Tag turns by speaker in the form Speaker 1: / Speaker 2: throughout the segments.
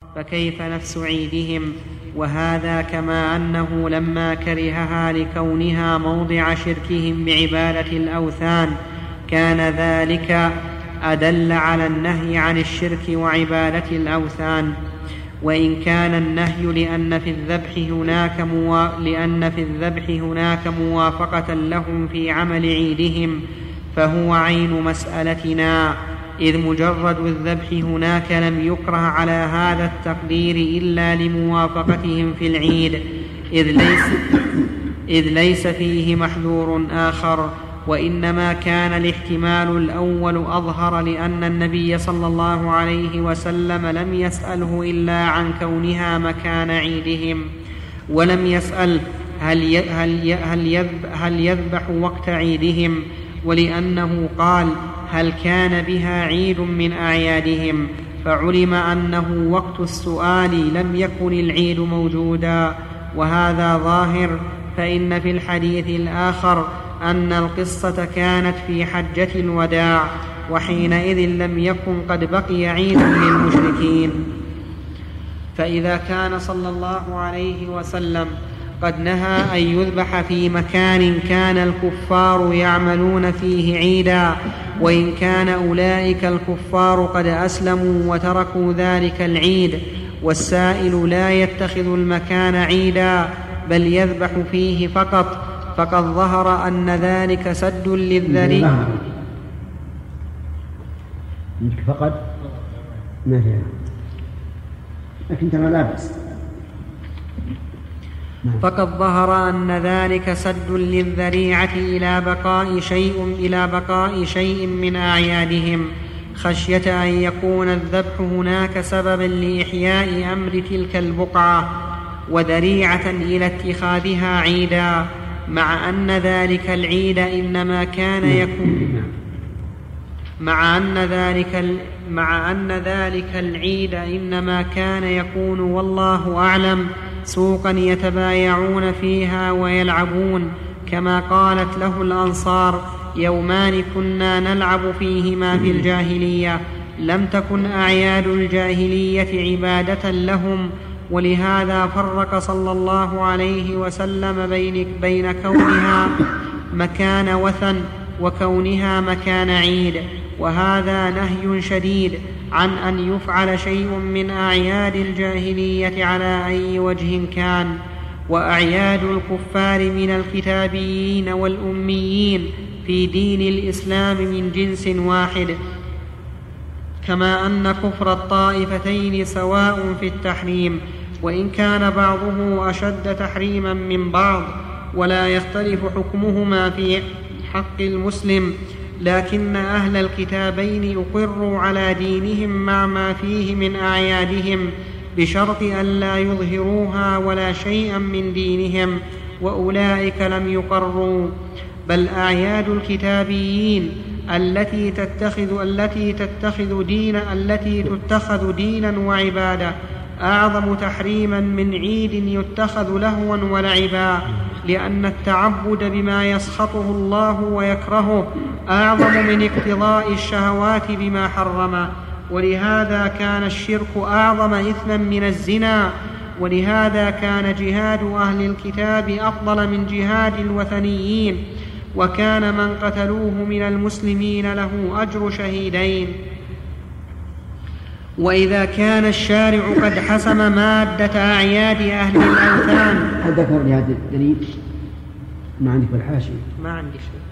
Speaker 1: فكيف نفس عيدهم؟ وهذا كما أنه لما كرهها لكونها موضع شركهم بعبادة الأوثان كان ذلك أدل على النهي عن الشرك وعبادة الأوثان. وإن كان النهي لأن في الذبح هناك موافقة لهم في عمل عيدهم فهو عين مسألتنا، إذ مجرد الذبح هناك لم يكره على هذا التقدير إلا لموافقتهم في العيد، إذ ليس فيه محذور آخر، وإنما كان الاحتمال الأول أظهر لأن النبي صلى الله عليه وسلم لم يسأله إلا عن كونها مكان عيدهم، ولم يسأل هل يذبح وقت عيدهم، ولأنه قال هل كان بها عيد من أعيادهم، فعلم أنه وقت السؤال لم يكن العيد موجودا، وهذا ظاهر. فإن في الحديث الآخر أن القصة كانت في حجة الوداع، وحينئذ لم يكن قد بقي عيد للمشركين. فإذا كان صلى الله عليه وسلم قد نهى أن يذبح في مكان كان الكفار يعملون فيه عيدا، وإن كان أولئك الكفار قد أسلموا وتركوا ذلك العيد، والسائل لا يتخذ المكان عيدا بل يذبح فيه فقط، فقد ظهر أن ذلك سد للذريعة.
Speaker 2: فقط ما فيها، لكن ترى لا بأس.
Speaker 1: فقد ظهر أن ذلك سد للذريعة إلى بقاء شيء من أعيادهم، خشية أن يكون الذبح هناك سببا لإحياء أمر تلك البقعة وذريعة إلى اتخاذها عيدا، مع أن ذلك العيد إنما كان يكون والله أعلم سوقا يتبايعون فيها ويلعبون، كما قالت له الأنصار يومان كنا نلعب فيهما في الجاهلية، لم تكن أعياد الجاهلية عبادة لهم. ولهذا فرق صلى الله عليه وسلم بين كونها مكان وثن وكونها مكان عيد، وهذا نهي شديد عن أن يفعل شيء من أعياد الجاهلية على أي وجه كان. وأعياد الكفار من الكتابيين والأميين في دين الإسلام من جنس واحد، كما أن كفر الطائفتين سواء في التحريم، وإن كان بعضه أشد تحريما من بعض، ولا يختلف حكمهما في حق المسلم، لكن أهل الكتابين أقروا على دينهم مع ما فيه من أعيادهم بشرط أن لا يظهروها ولا شيئا من دينهم، وأولئك لم يقروا. بل أعياد الكتابيين التي تتخذ دينا وعبادة أعظم تحريما من عيد يتخذ لهوا ولعبا، لأن التعبد بما يسخطه الله ويكرهه أعظم من اقتضاء الشهوات بما حرم، ولهذا كان الشرك أعظم إثما من الزنا، ولهذا كان جهاد أهل الكتاب أفضل من جهاد الوثنيين، وكان من قتلوه من المسلمين له أجر شهيدين. وإذا كان الشارع قد حسم مادة أعياد أهل الأوثان.
Speaker 2: هل ذكر لهذا الدليل؟ ما عندك بالحاشية؟
Speaker 1: ما عندي شيء.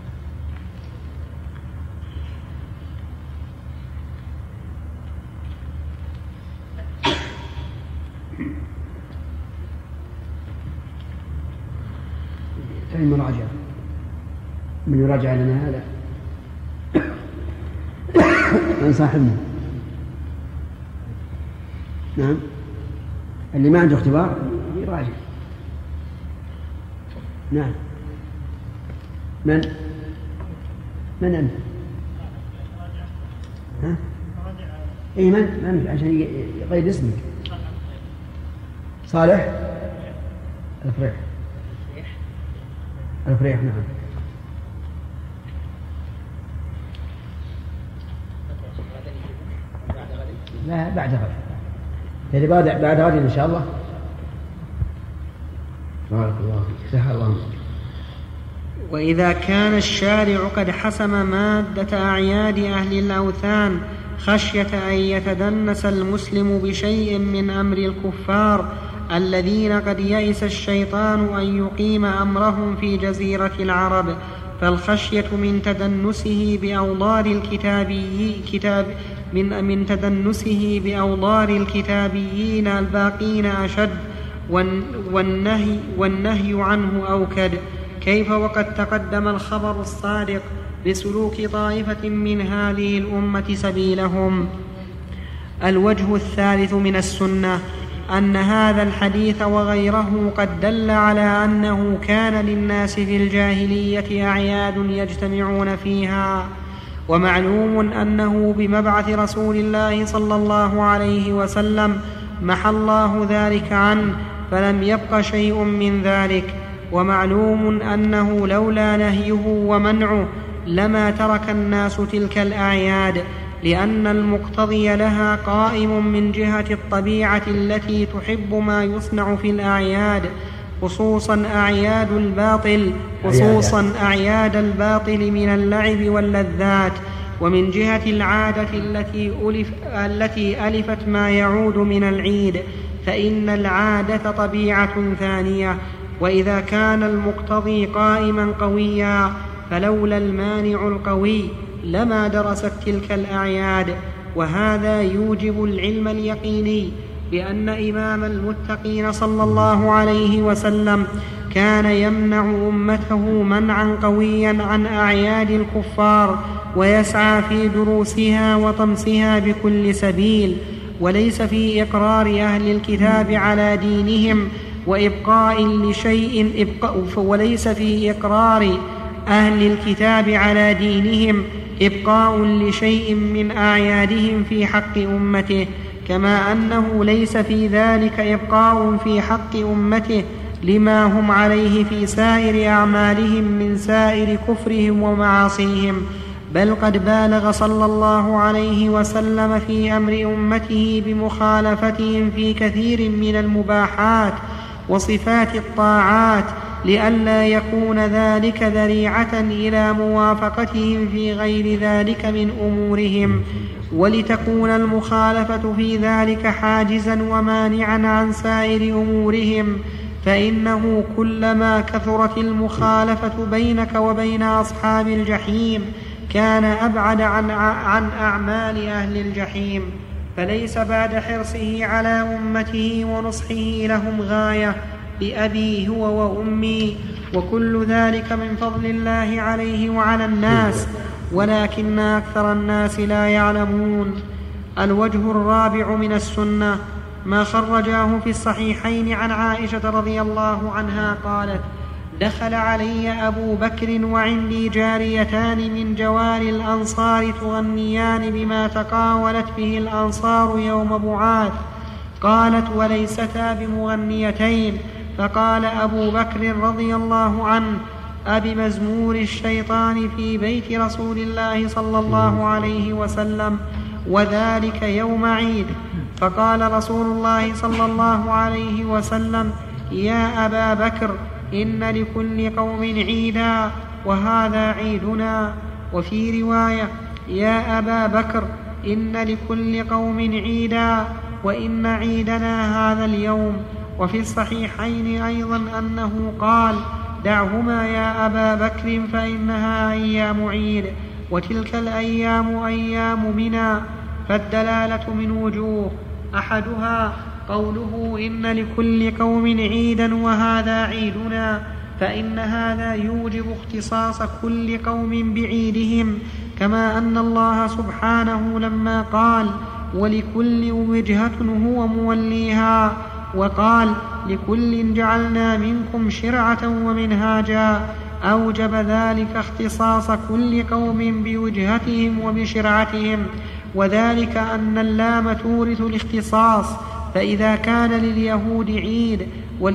Speaker 2: المراجعة من يراجع لنا هذا من صاحبنا. نعم، اللي ما عنده اختبار يراجع. نعم، من أنت؟ ها؟ أي من عشان يقيد اسمك. صالح الفريح. نعم. لا، بعد غد. يعني بعد غد إن شاء الله. بارك الله فيك. سهل الله.
Speaker 1: وإذا كان الشارع قد حسم مادة أعياد أهل الأوثان خشية أن يتدنس المسلم بشيء من أمر الكفار الذين قد يئس الشيطان أن يقيم أمرهم في جزيرة العرب، فالخشية من تدنسه بأوضار الكتابيين الباقين أشد، والنهي عنه أوكد. كيف وقد تقدم الخبر الصادق بسلوك طائفة من هذه الأمة سبيلهم. الوجه الثالث من السنة أن هذا الحديث وغيره قد دل على أنه كان للناس في الجاهلية أعياد يجتمعون فيها، ومعلوم أنه بمبعث رسول الله صلى الله عليه وسلم محى الله ذلك عنه فلم يبق شيء من ذلك، ومعلوم أنه لولا نهيه ومنعه لما ترك الناس تلك الأعياد، لأن المقتضي لها قائم من جهة الطبيعة التي تحب ما يصنع في الأعياد، خصوصا أعياد الباطل من اللعب واللذات، ومن جهة العادة التي ألفت ما يعود من العيد، فإن العادة طبيعة ثانية. وإذا كان المقتضي قائما قويا فلولا المانع القوي لما درست تلك الأعياد. وهذا يوجب العلم اليقيني بأن إمام المتقين صلى الله عليه وسلم كان يمنع أمته منعا قويا عن أعياد الكفار، ويسعى في دروسها وطمسها بكل سبيل، وليس في إقرار أهل الكتاب على دينهم وليس في إقرار أهل الكتاب على دينهم إبقاء لشيء من أعيادهم في حق أمته، كما أنه ليس في ذلك إبقاء في حق أمته لما هم عليه في سائر أعمالهم من سائر كفرهم ومعاصيهم، بل قد بالغ صلى الله عليه وسلم في أمر أمته بمخالفتهم في كثير من المباحات وصفات الطاعات، لئلا يكون ذلك ذريعة إلى موافقتهم في غير ذلك من أمورهم، ولتكون المخالفة في ذلك حاجزا ومانعا عن سائر أمورهم. فإنه كلما كثرت المخالفة بينك وبين أصحاب الجحيم كان أبعد عن أعمال أهل الجحيم، فليس بعد حرصه على أمته ونصحه لهم غاية بأبي هو وأمي، وكل ذلك من فضل الله عليه وعلى الناس، ولكن أكثر الناس لا يعلمون. الوجه الرابع من السنة ما خرجاه في الصحيحين عن عائشة رضي الله عنها قالت: دخل علي أبو بكر وعندي جاريتان من جوار الأنصار تغنيان بما تقاولت به الأنصار يوم بعاث. قالت: وليستا بمغنيتين. فقال أبو بكر رضي الله عنه: أبمزمور الشيطان في بيت رسول الله صلى الله عليه وسلم، وذلك يوم عيد. فقال رسول الله صلى الله عليه وسلم: يا أبا بكر، إن لكل قوم عيدا وهذا عيدنا. وفي رواية: يا أبا بكر، إن لكل قوم عيدا وإن عيدنا هذا اليوم. وفي الصحيحين أيضا أنه قال: دعهما يا أبا بكر فإنها أيام عيد، وتلك الأيام أيام منى. فالدلالة من وجوه: أحدها قوله إن لكل قوم عيدا وهذا عيدنا، فإن هذا يوجب اختصاص كل قوم بعيدهم، كما أن الله سبحانه لما قال: ولكل وجهة هو موليها، وقال: لكل جعلنا منكم شرعة ومنهاجا، أوجب ذلك اختصاص كل قوم بوجهتهم وبشرعتهم، وذلك أن اللام تورث الاختصاص، فإذا كان لليهود عيد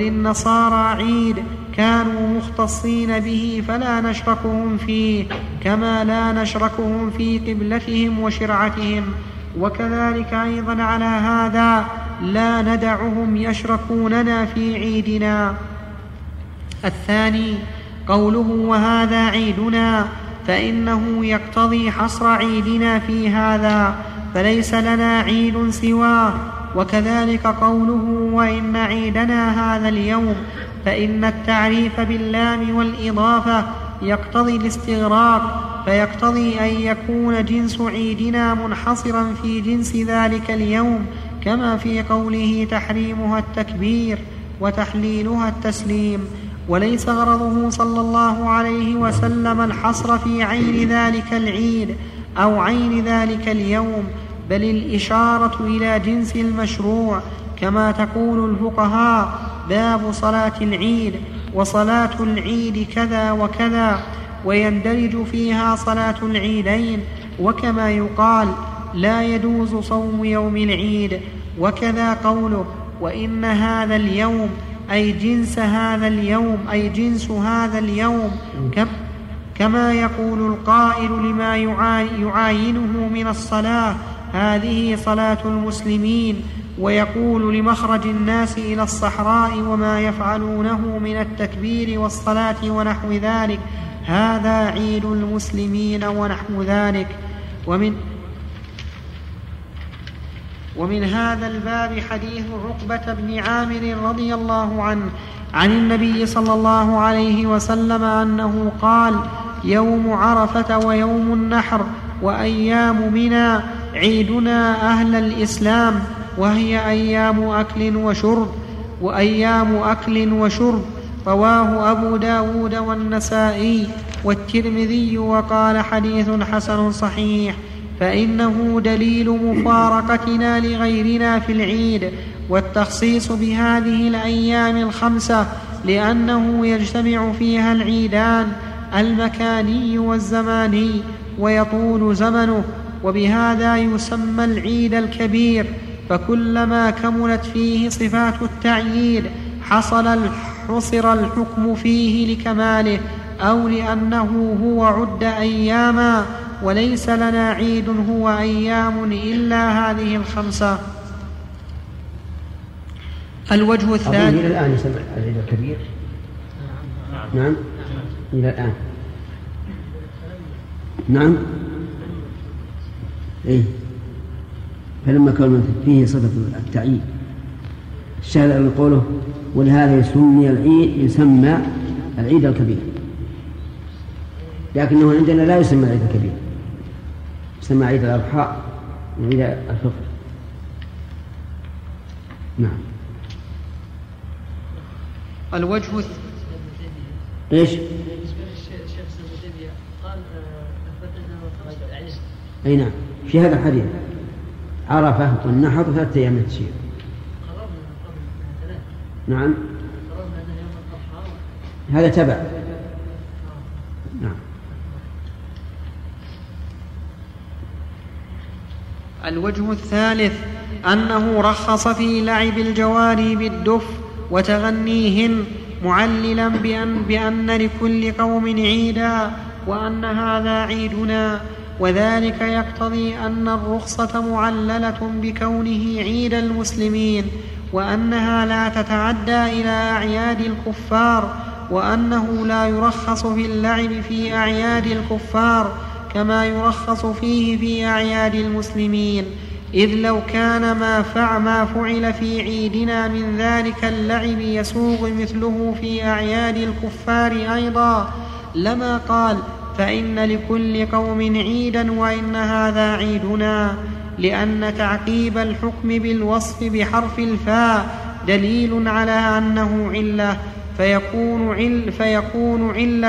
Speaker 1: وللنصارى عيد كانوا مختصين به فلا نشركهم فيه، كما لا نشركهم في قبلتهم وشرعتهم. وكذلك أيضا على هذا لا ندعهم يشركوننا في عيدنا. الثاني قوله وهذا عيدنا، فإنه يقتضي حصر عيدنا في هذا، فليس لنا عيد سواه. وكذلك قوله وإن عيدنا هذا اليوم، فإن التعريف باللام والإضافة يقتضي الاستغراق، فيقتضي أن يكون جنس عيدنا منحصرا في جنس ذلك اليوم، كما في قوله تحريمها التكبير وتحليلها التسليم. وليس غرضه صلى الله عليه وسلم الحصر في عين ذلك العيد أو عين ذلك اليوم، بل الإشارة إلى جنس المشروع، كما تقول الفقهاء باب صلاة العيد، وصلاة العيد كذا وكذا، ويندرج فيها صلاة العيدين، وكما يقال لا يجوز صوم يوم العيد. وكذا قوله وإن هذا اليوم أي جنس هذا اليوم، أي جنس هذا اليوم، كما يقول القائل لما يعاينه من الصلاة هذه صلاة المسلمين، ويقول لمخرج الناس إلى الصحراء وما يفعلونه من التكبير والصلاة ونحو ذلك هذا عيد المسلمين ونحو ذلك. ومن هذا الباب حديث عقبة بن عامر رضي الله عنه عن النبي صلى الله عليه وسلم أنه قال يوم عرفة ويوم النحر وأيام منى عيدنا أهل الإسلام، وهي أيام أكل وشرب. رواه أبو داود والنسائي والترمذي وقال حديث حسن صحيح. فإنه دليل مفارقتنا لغيرنا في العيد والتخصيص بهذه الأيام الخمسة، لأنه يجتمع فيها العيدان المكاني والزماني ويطول زمنه، وبهذا يسمى العيد الكبير. فكلما كملت فيه صفات التعييد حصر الحكم فيه لكماله، أو لأنه هو عد أياما، وليس لنا عيد هو أيام إلا هذه الخمسة. الوجه الثاني
Speaker 2: إلى الآن يسمى العيد الكبير. نعم إلى الآن. نعم إيه. فلما كان فيه صفة التعيين الشاهد أن قوله ولهذا يسمى العيد الكبير، لكنه عندنا لا يسمى العيد الكبير، يسمى عيد الأضحى وعيد الفطر. نعم.
Speaker 1: الوجه
Speaker 2: ايش؟ اي نعم، في هذا الحديث عرفة والنحر 3 أيام من التشريق. نعم هذا تبع. نعم.
Speaker 1: الوجه الثالث أنه رخص في لعب الجواري بالدف وتغنيهن، معللا بأن لكل قوم عيدا وأن هذا عيدنا، وذلك يقتضي أن الرخصة معللة بكونه عيد المسلمين، وأنها لا تتعدى إلى أعياد الكفار، وأنه لا يرخص في اللعب في أعياد الكفار كما يرخص فيه في أعياد المسلمين، إذ لو كان ما فعل في عيدنا من ذلك اللعب يسوغ مثله في أعياد الكفار أيضا لما قال فإن لكل قوم عيدا وإن هذا عيدنا، لأن تعقيب الحكم بالوصف بحرف الفاء دليل على أنه علة، فيكون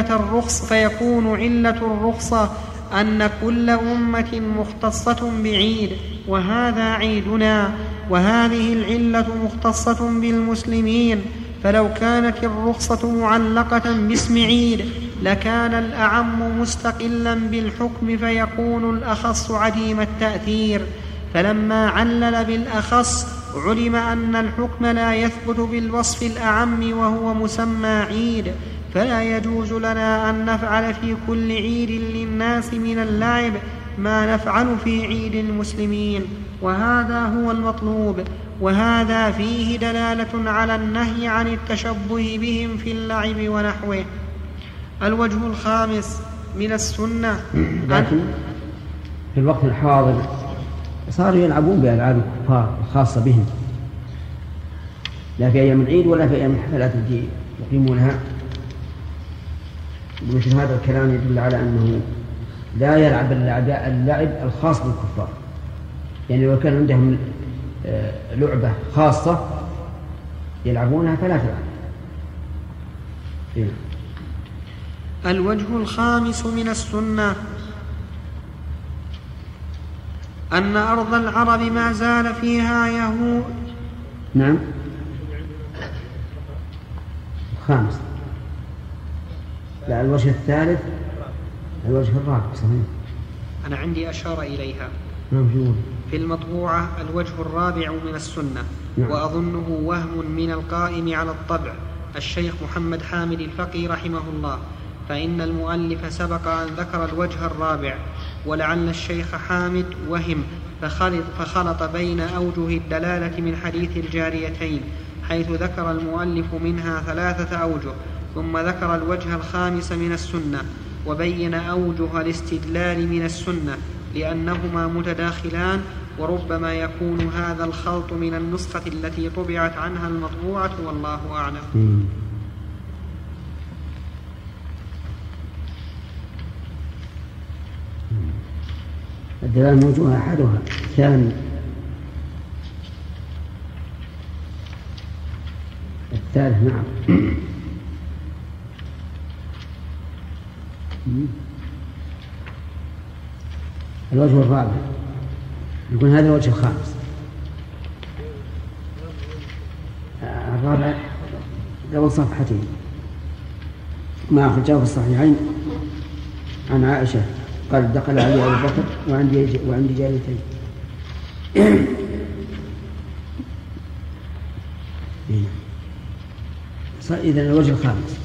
Speaker 1: علة الرخصة أن كل أمة مختصة بعيد وهذا عيدنا، وهذه العلة مختصة بالمسلمين. فلو كانت الرخصة معلقة باسم عيد لكان الأعم مستقلا بالحكم فيكون الأخص عديم التأثير، فلما علل بالأخص علم أن الحكم لا يثبت بالوصف الأعم وهو مسمى عيد، فلا يجوز لنا أن نفعل في كل عيد للناس من اللعب ما نفعل في عيد المسلمين، وهذا هو المطلوب. وهذا فيه دلالة على النهي عن التشبه بهم في اللعب ونحوه. الوجه الخامس من السنة،
Speaker 2: لكن في الوقت الحاضر صاروا يلعبون بألعاب الكفار الخاصة بهم، لا في أيام العيد ولا في أيام الحفلات التي يقيمونها. مثل هذا الكلام يدل على أنه لا يلعب اللعب الخاص بالكفار، يعني لو كان عندهم لعبة خاصة يلعبونها فلا تلعب.
Speaker 1: الوجه الخامس من السنة أن أرض العرب ما زال فيها يهود.
Speaker 2: نعم. الخامس، لا الوجه الثالث، الوجه الرابع صحيح.
Speaker 1: أنا عندي أشار إليها في المطبوعة الوجه الرابع من السنة.
Speaker 2: نعم.
Speaker 1: وأظنه وهم من القائم على الطبع الشيخ محمد حامد الفقي رحمه الله، فإن المؤلف سبق أن ذكر الوجه الرابع، ولعل الشيخ حامد وهم فخلط بين أوجه الدلالة من حديث الجاريتين، حيث ذكر المؤلف منها 3 أوجه، ثم ذكر الوجه الخامس من السنة وبين أوجه الاستدلال من السنة لأنهما متداخلان، وربما يكون هذا الخلط من النسخة التي طبعت عنها المطبوعة، والله أعلم.
Speaker 2: الدلالة موجودة أحدها. الثاني الثالث نعم. الوجه الرابع يكون هذا الوجه الخامس. الرابع قبل صفحتين ما أخرجه في الصحيحين عن عائشة قال دخل علي أبو بكر وعندي جاريتين. إذن الوجه الخامس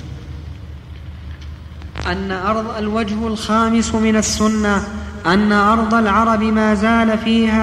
Speaker 1: أن الوجه الخامس من السنة أن أرض العرب ما زال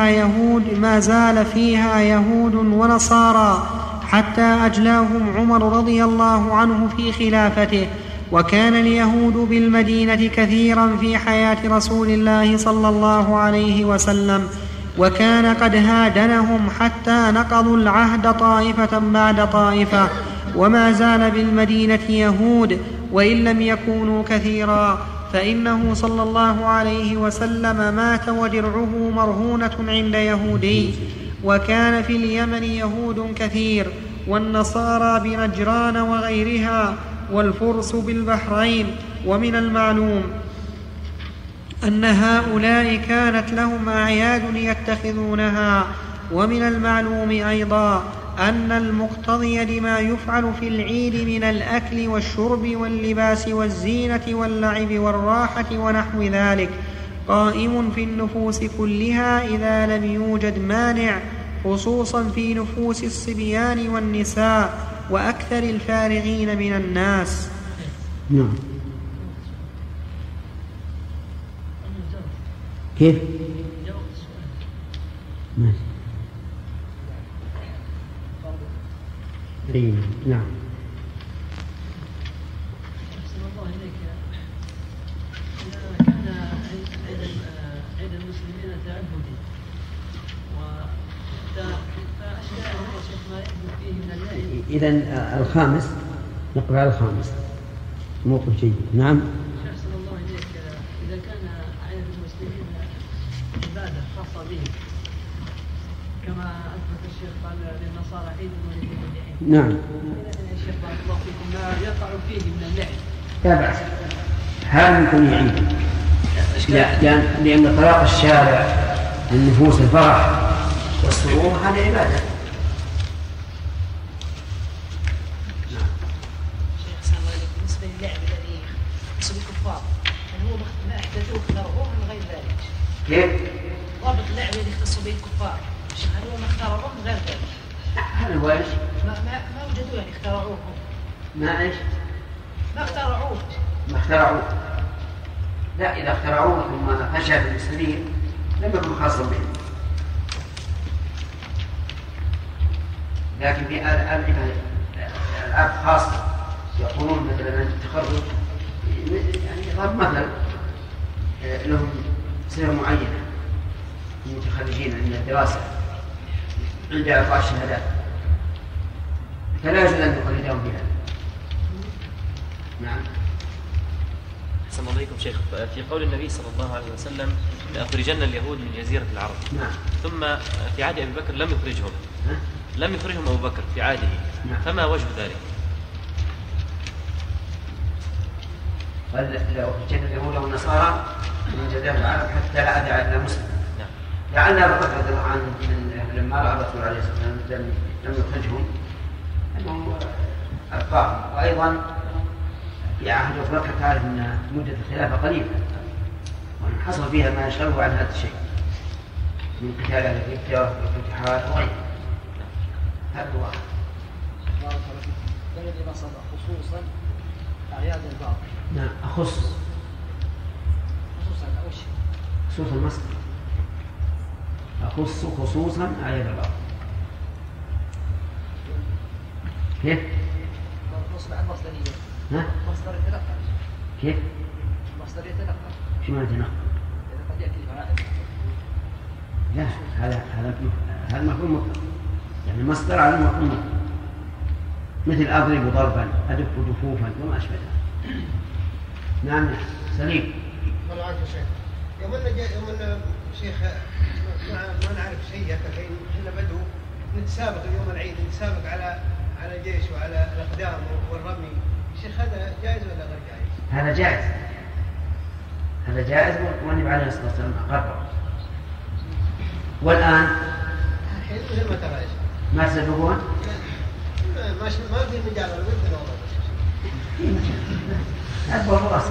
Speaker 1: فيها يهود ونصارى حتى أجلاهم عمر رضي الله عنه في خلافته، وكان اليهود بالمدينة كثيرا في حياة رسول الله صلى الله عليه وسلم، وكان قد هادنهم حتى نقضوا العهد طائفة بعد طائفة، وما زال بالمدينة يهود وإن لم يكونوا كثيرا، فإنه صلى الله عليه وسلم مات ودرعه مرهونة عند يهودي. وكان في اليمن يهود كثير، والنصارى بنجران وغيرها، والفرس بالبحرين. ومن المعلوم أن هؤلاء كانت لهم أعياد يتخذونها. ومن المعلوم أيضا أن المقتضي لما يفعل في العيد من الأكل والشرب واللباس والزينة واللعب والراحة ونحو ذلك قائم في النفوس كلها إذا لم يوجد مانع، خصوصا في نفوس الصبيان والنساء وأكثر الفارغين من الناس.
Speaker 2: نعم. كيف؟ ماشي. نعم.
Speaker 3: أحسن الله إليك. إذا كان عيد المسلمين تعبدي فأشياء ما يحدث فيه من اللعب.
Speaker 2: إذن الخامس نقرأ على الخامس موقف جيد. نعم.
Speaker 3: أحسن الله إليك. إذا كان عيد المسلمين عبادة خاصة به كما أثبت الشيخ قال للنصارى عيد ولليهود.
Speaker 2: نعم.
Speaker 3: الشيخ بارك الله فيكم ما يقع فيه من اللعب
Speaker 2: لا بأس، هذا يكون يعيد لأن طلاق الشارع للنفوس الفرح والسرور هذا عبادة.
Speaker 4: شيخ أحسن الله إليك، بالنسبة للعب الذي يخص بالكفار هل هو ما أحدثوه اخترعوه من غير ذلك؟
Speaker 2: كيف؟
Speaker 4: ضابط اللعب الذي يخص به الكفار هل هو ما اخترعوه من غير ذلك؟
Speaker 2: هذا هو ايش؟
Speaker 4: ما وجدوه يعني اخترعوه.
Speaker 2: ما ايش؟
Speaker 4: ما اخترعوه.
Speaker 2: ما اخترعوه. لا، إذا اخترعوه ثم فشل في المسلمين لم يكن خاصا بهم. لكن في ألعاب خاصة يقولون مثلا عند التخرج، يعني ضرب مثل لهم صفة معينة المتخرجين عند الدراسة عند إعطاء الشهادات، فلا يجوز أن يقلدهم بها. نعم.
Speaker 5: أحسن الله عليكم شيخ. في قول النبي صلى الله عليه وسلم لأخرجن اليهود من جزيرة العرب،
Speaker 2: نعم.
Speaker 5: ثم في عهد أبي بكر لم يخرجهم أبو بكر في عهده،
Speaker 2: نعم.
Speaker 5: فما وجه ذلك؟
Speaker 2: قال لو أخرجن اليهود والنصارى من جزيرة العرب حتى لا أدع إلا مسلم.
Speaker 5: نعم.
Speaker 2: لعل أبو بكر رضي الله عنه لما رأى الرسول عليه الصلاة والسلام لم يخرجهم أنه أبقاهم، وأيضا في عهد أبو بكر تعرف أن مدة الخلافة قليلة وأن حصل فيها ما يشغله عن هذا الشيء من قتال أهل الردة والفتوحات وغيره. هذا هو
Speaker 3: الذي نصب خصوصا أعياد البعض.
Speaker 2: نعم. خصوصا
Speaker 3: وش؟
Speaker 2: خصوص المصدر. أخص خصوصا أعياد البعض. كيف؟
Speaker 3: نصب عن مصدرية.
Speaker 2: ها؟
Speaker 3: مصدر يتنقل.
Speaker 2: كيف؟
Speaker 3: مصدر يتنقل.
Speaker 2: شو معنى يتنقل؟
Speaker 3: إذا قد يأتي بعائد.
Speaker 2: لا، هذا مفهوم مطلق، يعني مصدر على المفهوم مطلق، مثل أضرب ضربا، أدق دفوفا وما أشبه ذلك. نعم. سليم.
Speaker 6: الله عنك يا شيخ. يوم أن شيخ ما نعرف شيء الحين، احنا بدو نتسابق اليوم العيد، نتسابق على الجيش وعلى الأقدام والرمي. شيخ هذا جائز ولا غير جائز؟
Speaker 2: هذا جائز والنبي عليه الصلاة والسلام أقره. والآن
Speaker 6: الحين مثل ما ترى
Speaker 2: ما تسبقون؟
Speaker 6: ما في مجال ولا بد والله.
Speaker 2: أكبر فرصة.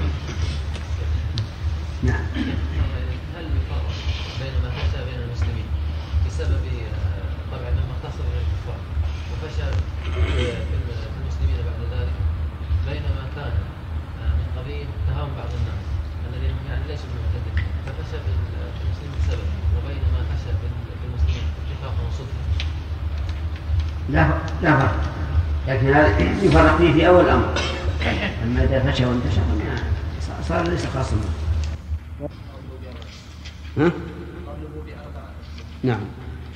Speaker 2: نعم.
Speaker 7: هل يفرق بين ما فشى بين المسلمين بسبب طبعا لما اختصر الى الكفار وفشى في المسلمين بعد ذلك، بينما كان من قبيل تهاون بعض الناس الذين يعني ليسوا معتدين ففشى في المسلمين بسبب، وبينما فشى في المسلمين اتفاقا وصدفا؟
Speaker 2: لا فرق، لكن هذا يفرق فيه في أول الأمر. أما إذا فشى وانتشر صار ليس خاصا. ها؟ نعم.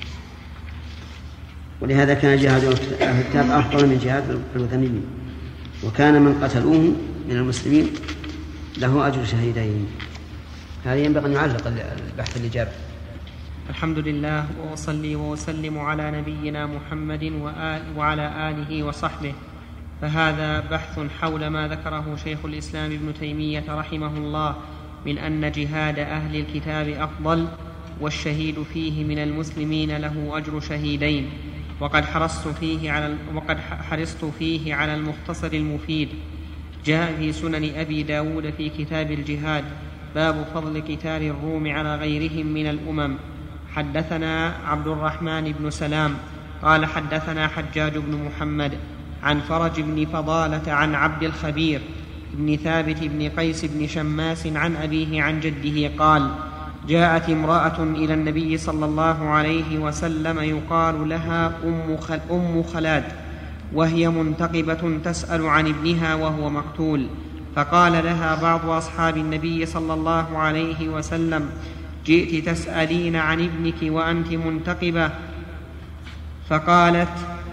Speaker 2: ولهذا كان جهاد أهل الكتاب أفضل من جهاد الوثنيين، وكان من قتلوه من المسلمين له أجر شهيدين. هذا ينبغي أن يعلق البحث الإجابة.
Speaker 1: الحمد لله، وأصلي وأسلم على نبينا محمد وعلى آله وصحبه. فهذا بحث حول ما ذكره شيخ الإسلام ابن تيمية رحمه الله من أن جهاد أهل الكتاب أفضل، والشهيد فيه من المسلمين له أجر شهيدين. وقد حرصت فيه على المختصر المفيد. جاء في سنن أبي داود في كتاب الجهاد باب فضل قتال الروم على غيرهم من الأمم. حدثنا عبد الرحمن بن سلام قال حدثنا حجاج بن محمد عن فرج بن فضالة عن عبد الخبير بن ثابت بن قيس بن شماس عن أبيه عن جده قال: جاءت امرأة إلى النبي صلى الله عليه وسلم يقال لها أم خلاد، وهي منتقبة تسأل عن ابنها وهو مقتول. فقال لها بعض أصحاب النبي صلى الله عليه وسلم: جئت تسألين عن ابنك وأنت منتقبة؟ فقالت: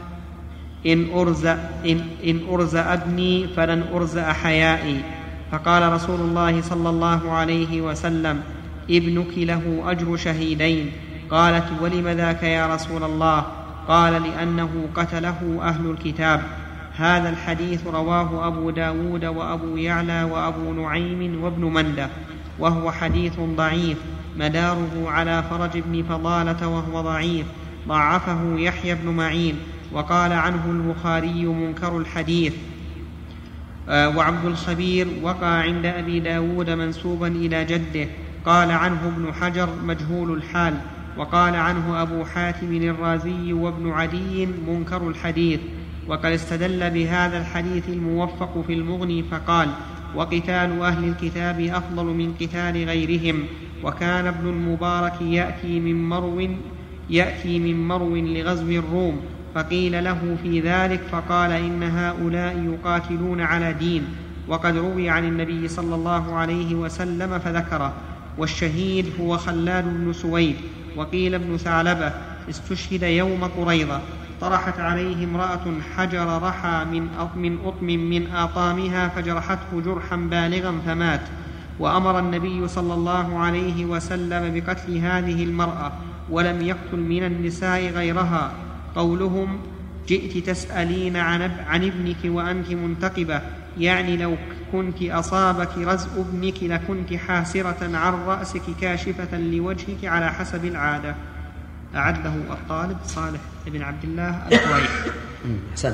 Speaker 1: إن أرزأ ابني فلن أرزأ حيائي. فقال رسول الله صلى الله عليه وسلم: ابنك له أجر شهيدين. قالت: ولم ذاك يا رسول الله؟ قال: لأنه قتله أهل الكتاب. هذا الحديث رواه أبو داود وأبو يعلى وأبو نعيم وابن منده، وهو حديث ضعيف مداره على فرج بن فضالة وهو ضعيف، ضعفه يحيى بن معين، وقال عنه البخاري منكر الحديث. وعبد الخبير وقع عند أبي داود منسوبا إلى جده. قال عنه ابن حجر مجهول الحال، وقال عنه أبو حاتم الرازي وابن عدي منكر الحديث. وقد استدل بهذا الحديث الموفق في المغني فقال: وقتال أهل الكتاب أفضل من قتال غيرهم. وكان ابن المبارك يأتي من مرو لغزو الروم، فقيل له في ذلك فقال إن هؤلاء يقاتلون على دين، وقد روي عن النبي صلى الله عليه وسلم فذكره. والشهيد هو خلاد بن سويد. وقيل ابن ثعلبة استشهد يوم قريظة، طرحت عليه امرأة حجر رحى من أطم من آطامها فجرحته جرحا بالغا فمات. وأمر النبي صلى الله عليه وسلم بقتل هذه المرأة، ولم يقتل من النساء غيرها. قولهم جئت تسألين عن ابنك وأنت منتقبة، يعني لو كنت أصابك رزء ابنك لكنت حاسرة عن رأسك كاشفة لوجهك على حسب العادة. أعده الطالب صالح بن عبد الله الحويري.
Speaker 2: أحسنت.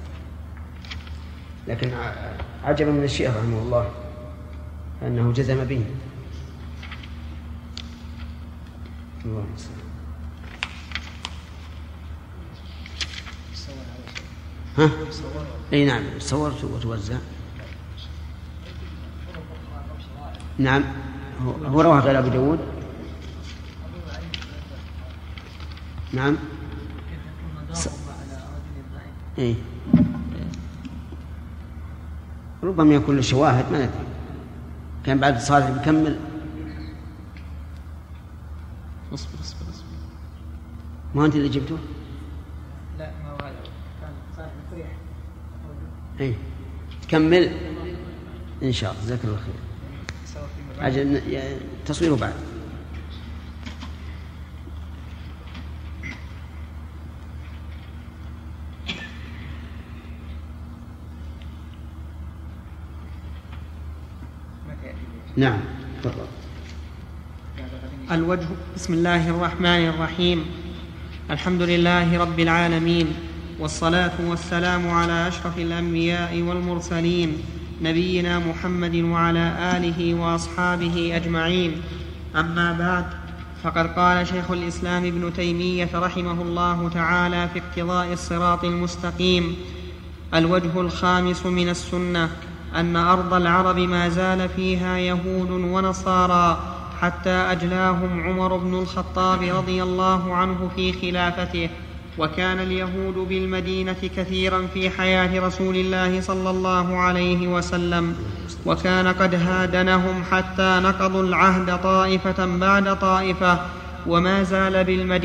Speaker 2: لكن عجبا من الشيخ رحمه الله أنه جزم به. الله يسلمك. ها؟ اي نعم، صورت وتوزع. نعم، هو رواه غير ابو داود. نعم. اي ربما يكون له شواهد، ما ندري. كان بعد صالح بيكمل.
Speaker 1: اصبر.
Speaker 2: ما انت اللي جبته؟
Speaker 3: لا، ما هو هذا كان صالح فريح.
Speaker 2: اي كمل ان شاء الله. جزاك الله خير. عجل تصويره بعد. نعم تفضل.
Speaker 1: الوجه. بسم الله الرحمن الرحيم. الحمد لله رب العالمين، والصلاة والسلام على أشرف الأنبياء والمرسلين نبينا محمد وعلى آله وأصحابه أجمعين. أما بعد، فقد قال شيخ الإسلام ابن تيمية رحمه الله تعالى في اقتضاء الصراط المستقيم: الوجه الخامس من السنة أن أرض العرب ما زال فيها يهود ونصارى حتى أجلاهم عمر بن الخطاب رضي الله عنه في خلافته. وكان اليهود بالمدينة كثيرا في حياة رسول الله صلى الله عليه وسلم، وكان قد هادنهم حتى نقضوا العهد طائفة بعد طائفة. وما زال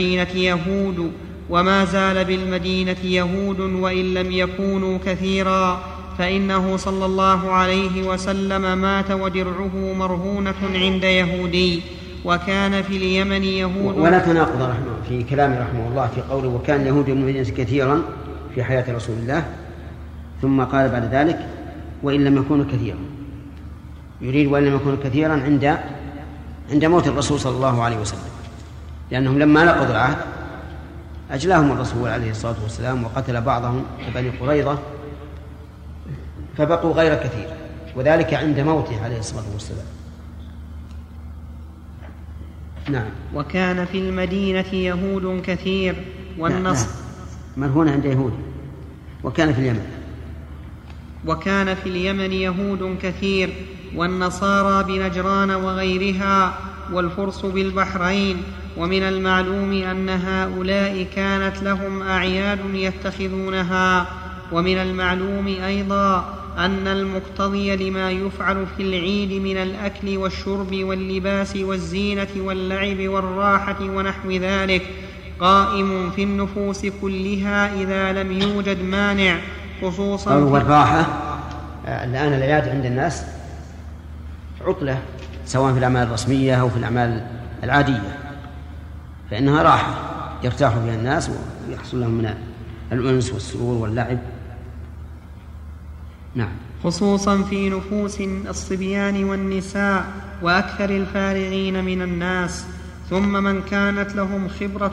Speaker 1: بالمدينة يهود وإن لم يكونوا كثيرا، فإنه صلى الله عليه وسلم مات ودرعه مرهونة عند يهودي. وكان في اليمن يهود.
Speaker 2: ولا تناقض في كلام رحمه الله في قوله وكان اليهود بالمدينة كثيرا في حياة رسول الله، ثم قال بعد ذلك وإن لم يكونوا كثيرا. يريد وإن لم يكونوا كثيرا عند موت الرسول صلى الله عليه وسلم، لأنهم لما نقضوا العهد أجلاهم الرسول عليه الصلاة والسلام وقتل بعضهم كبني قريظة، فبقوا غير كثير، وذلك عند موته عليه الصلاة والسلام. نعم.
Speaker 1: وكان في المدينة يهود كثير والنصر.
Speaker 2: مرهون عند يهود. وكان في اليمن
Speaker 1: يهود كثير والنصارى بنجران وغيرها، والفرس بالبحرين. ومن المعلوم أن هؤلاء كانت لهم أعياد يتخذونها. ومن المعلوم أيضا أن المقتضي لما يفعل في العيد من الأكل والشرب واللباس والزينة واللعب والراحة ونحو ذلك قائم في النفوس كلها إذا لم يوجد مانع، خصوصا
Speaker 2: والراحة. الآن العياد عند الناس عطلة، سواء في الأعمال الرسمية أو في الأعمال العادية، فإنها راحة يرتاح فيها الناس ويحصل لهم من الأنس والسرور واللعب. نعم.
Speaker 1: خصوصا في نفوس الصبيان والنساء وأكثر الفارغين من الناس. ثم من كانت له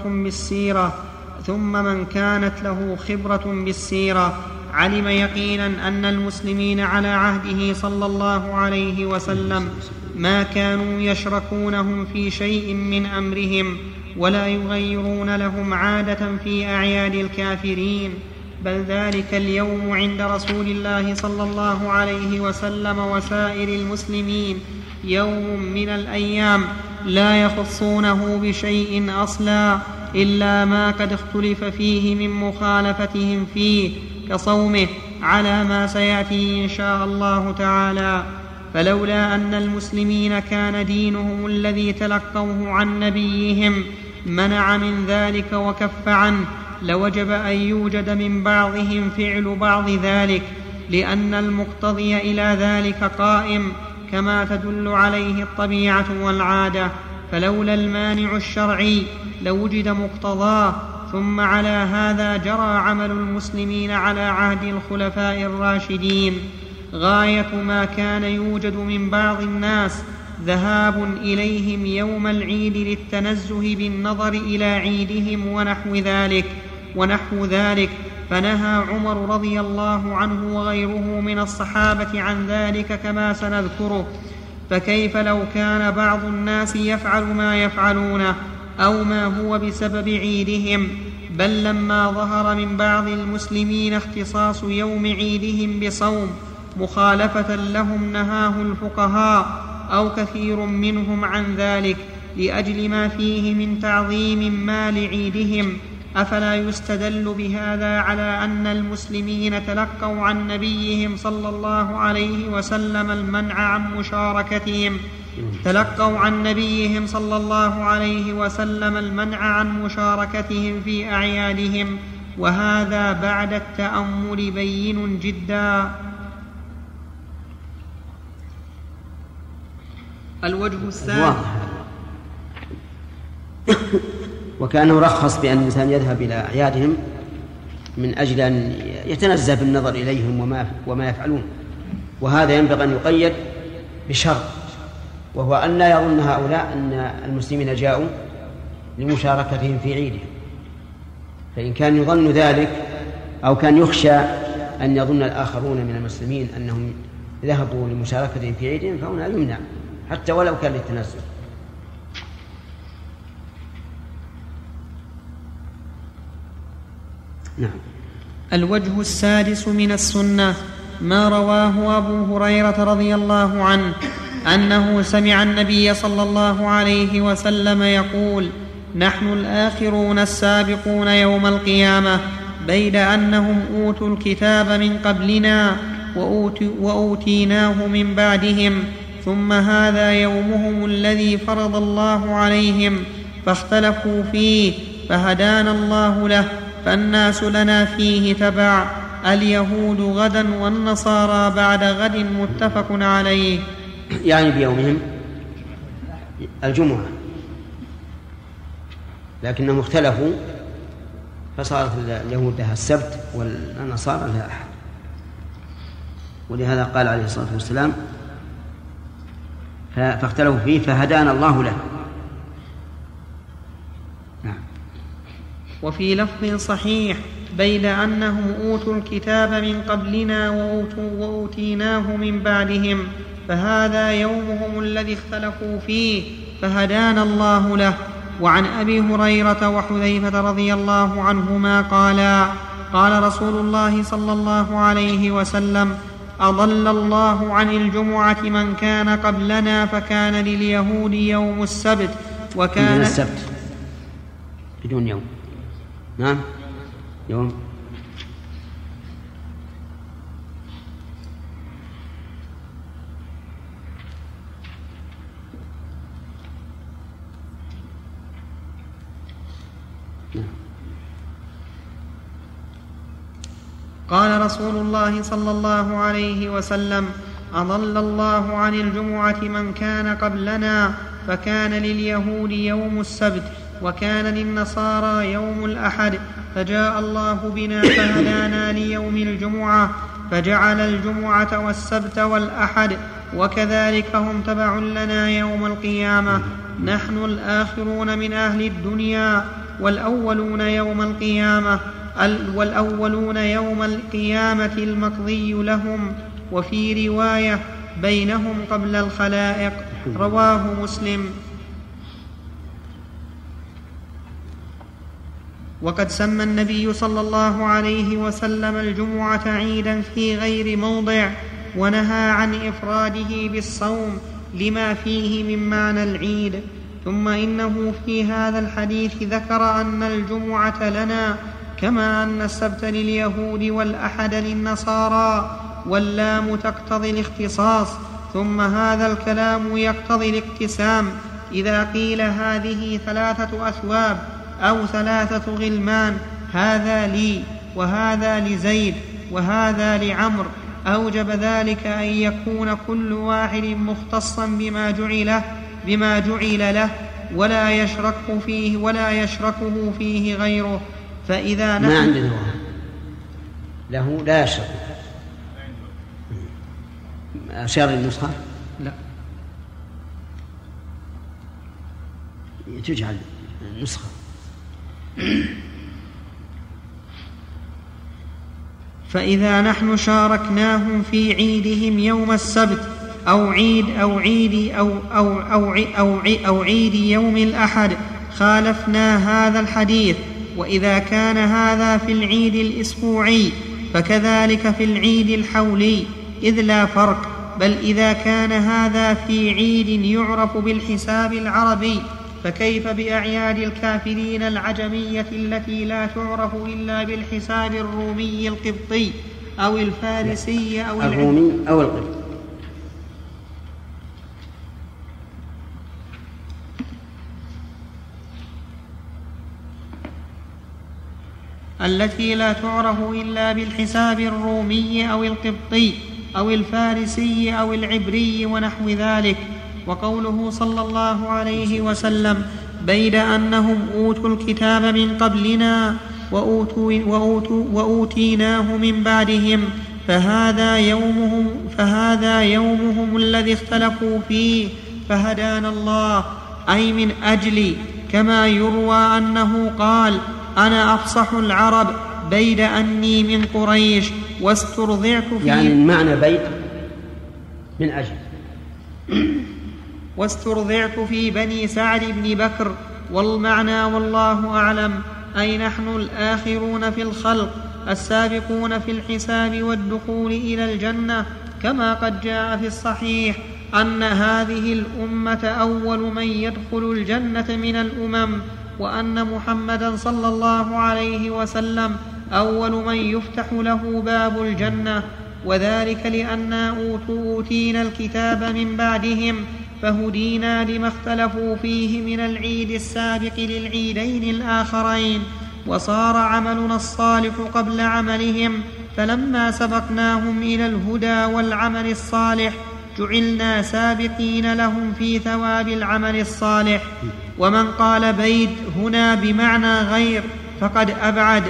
Speaker 1: خبرة بالسيرة علم يقينا أن المسلمين على عهده صلى الله عليه وسلم ما كانوا يشركونهم في شيء من أمرهم ولا يغيرون لهم عادة في أعياد الكافرين، بل ذلك اليوم عند رسول الله صلى الله عليه وسلم وسائر المسلمين يوم من الأيام لا يخصونه بشيء أصلا، إلا ما قد اختلف فيه من مخالفتهم فيه كصومه على ما سيأتي إن شاء الله تعالى. فلولا أن المسلمين كان دينهم الذي تلقوه عن نبيهم منع من ذلك وكف عنه لوجب أن يوجد من بعضهم فعل بعض ذلك، لأن المقتضي إلى ذلك قائم كما تدل عليه الطبيعة والعادة. فلولا المانع الشرعي لوجد مقتضاه. ثم على هذا جرى عمل المسلمين على عهد الخلفاء الراشدين. غاية ما كان يوجد من بعض الناس ذهاب إليهم يوم العيد للتنزه بالنظر إلى عيدهم ونحو ذلك فنهى عمر رضي الله عنه وغيره من الصحابة عن ذلك كما سنذكره. فكيف لو كان بعض الناس يفعل ما يفعلونه أو ما هو بسبب عيدهم؟ بل لما ظهر من بعض المسلمين اختصاص يوم عيدهم بصوم مخالفة لهم نهاه الفقهاء أو كثير منهم عن ذلك لأجل ما فيه من تعظيم ما لعيدهم. أفلا يستدل بهذا على أن المسلمين تلقوا عن نبيهم صلى الله عليه وسلم المنع عن مشاركتهم في أعيادهم، وهذا بعد التأمل بين جدا. الوجه الثاني
Speaker 2: وكأنه رخص بأن الإنسان يذهب إلى أعيادهم من أجل أن يتنزه بالنظر إليهم وما يفعلون، وهذا ينبغي أن يقيد بشرط، وهو أن لا يظن هؤلاء أن المسلمين جاءوا لمشاركتهم في عيدهم. فإن كان يظن ذلك أو كان يخشى أن يظن الآخرون من المسلمين أنهم ذهبوا لمشاركتهم في عيدهم فهنا يمنع حتى ولو كان للتنزه. نعم.
Speaker 1: الوجه السادس من السنة ما رواه أبو هريرة رضي الله عنه أنه سمع النبي صلى الله عليه وسلم يقول: نحن الآخرون السابقون يوم القيامة، بيد أنهم أوتوا الكتاب من قبلنا وأوتيناه من بعدهم، ثم هذا يومهم الذي فرض الله عليهم فاختلفوا فيه فهدانا الله له، فالناس لنا فيه تبع، اليهود غدا والنصارى بعد غد، متفق عليه.
Speaker 2: يعني بيومهم الجمعة، لكنهم اختلفوا فصارت اليهود لها السبت والنصارى لها أحد، ولهذا قال عليه الصلاة والسلام فاختلفوا فيه فهدانا الله له. نعم.
Speaker 1: وفي لفظ صحيح: بيد أنهم أوتوا الكتاب من قبلنا وأوتيناه من بعدهم، فهذا يومهم الذي اختلفوا فيه فهدانا الله له. وعن أبي هريرة وحذيفة رضي الله عنهما قالا: قال رسول الله صلى الله عليه وسلم: أضل الله عن الجمعة من كان قبلنا فكان لليهود يوم السبت وكان
Speaker 2: من السبت بدون يوم. نعم يوم.
Speaker 1: قال رسول الله صلى الله عليه وسلم: أضل الله عن الجمعة من كان قبلنا فكان لليهود يوم السبت وكان للنصارى يوم الأحد، فجاء الله بنا فهدانا ليوم الجمعة فجعل الجمعة والسبت والأحد، وكذلك هم تبع لنا يوم القيامة. نحن الآخرون من أهل الدنيا والأولون يوم القيامة المقضي لهم، وفي رواية: بينهم قبل الخلائق، رواه مسلم. وقد سمى النبي صلى الله عليه وسلم الجمعة عيدا في غير موضع، ونهى عن إفراده بالصوم لما فيه من معنى العيد. ثم إنه في هذا الحديث ذكر أن الجمعة لنا كما أن السبت لليهود والأحد للنصارى، واللام تقتضي الاختصاص، ثم هذا الكلام يقتضي الاقتسام. إذا قيل هذه 3 أثواب أو 3 غلمان، هذا لي وهذا لزيد وهذا لعمر، أوجب ذلك أن يكون كل واحد مختصا بما جعل له ولا يشركه فيه غيره. فإذا
Speaker 2: ما عندنا له لا يشرك. أشار النسخة
Speaker 1: لا
Speaker 2: تجعل النسخة.
Speaker 1: فإذا نحن شاركناهم في عيدهم يوم السبت أو عيد يوم الأحد خالفنا هذا الحديث. وإذا كان هذا في العيد الأسبوعي فكذلك في العيد الحولي، إذ لا فرق. بل إذا كان هذا في عيد يعرف بالحساب العربي فكيف بأعياد الكافرين العجمية التي لا تعرف إلا بالحساب الرومي القبطي أو الفارسي أو
Speaker 2: الرومي أو القبطي.
Speaker 1: التي لا تعرف إلا بالحساب الرومي أو القبطي أو الفارسي أو العبري ونحو ذلك. وقوله صلى الله عليه وسلم بيد أنهم أوتوا الكتاب من قبلنا وأوتيناه من بعدهم فهذا يومهم الذي اختلفوا فيه فهدانا الله، أي من أجل كما يروى أنه قال أنا أفصح العرب بيد أني من قريش واسترضعت في
Speaker 2: يعني المعنى بيد من أجل
Speaker 1: واسترضعت في بني سعد بن بكر. والمعنى والله أعلم أي نحن الآخرون في الخلق السابقون في الحساب والدخول إلى الجنة، كما قد جاء في الصحيح أن هذه الأمة أول من يدخل الجنة من الأمم، وأن محمدا صلى الله عليه وسلم أول من يفتح له باب الجنة، وذلك لأننا أوتينا الكتاب من بعدهم فهدينا لما اختلفوا فيه من العيد السابق للعيدين الآخرين، وصار عملنا الصالح قبل عملهم، فلما سبقناهم إلى الهدى والعمل الصالح جعلنا سابقين لهم في ثواب العمل الصالح. ومن قال بيد هنا بمعنى غير فقد أبعد.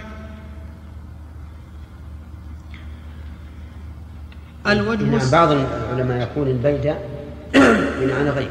Speaker 2: الوجه بعض العلماء يقول البيد بمعنى غير،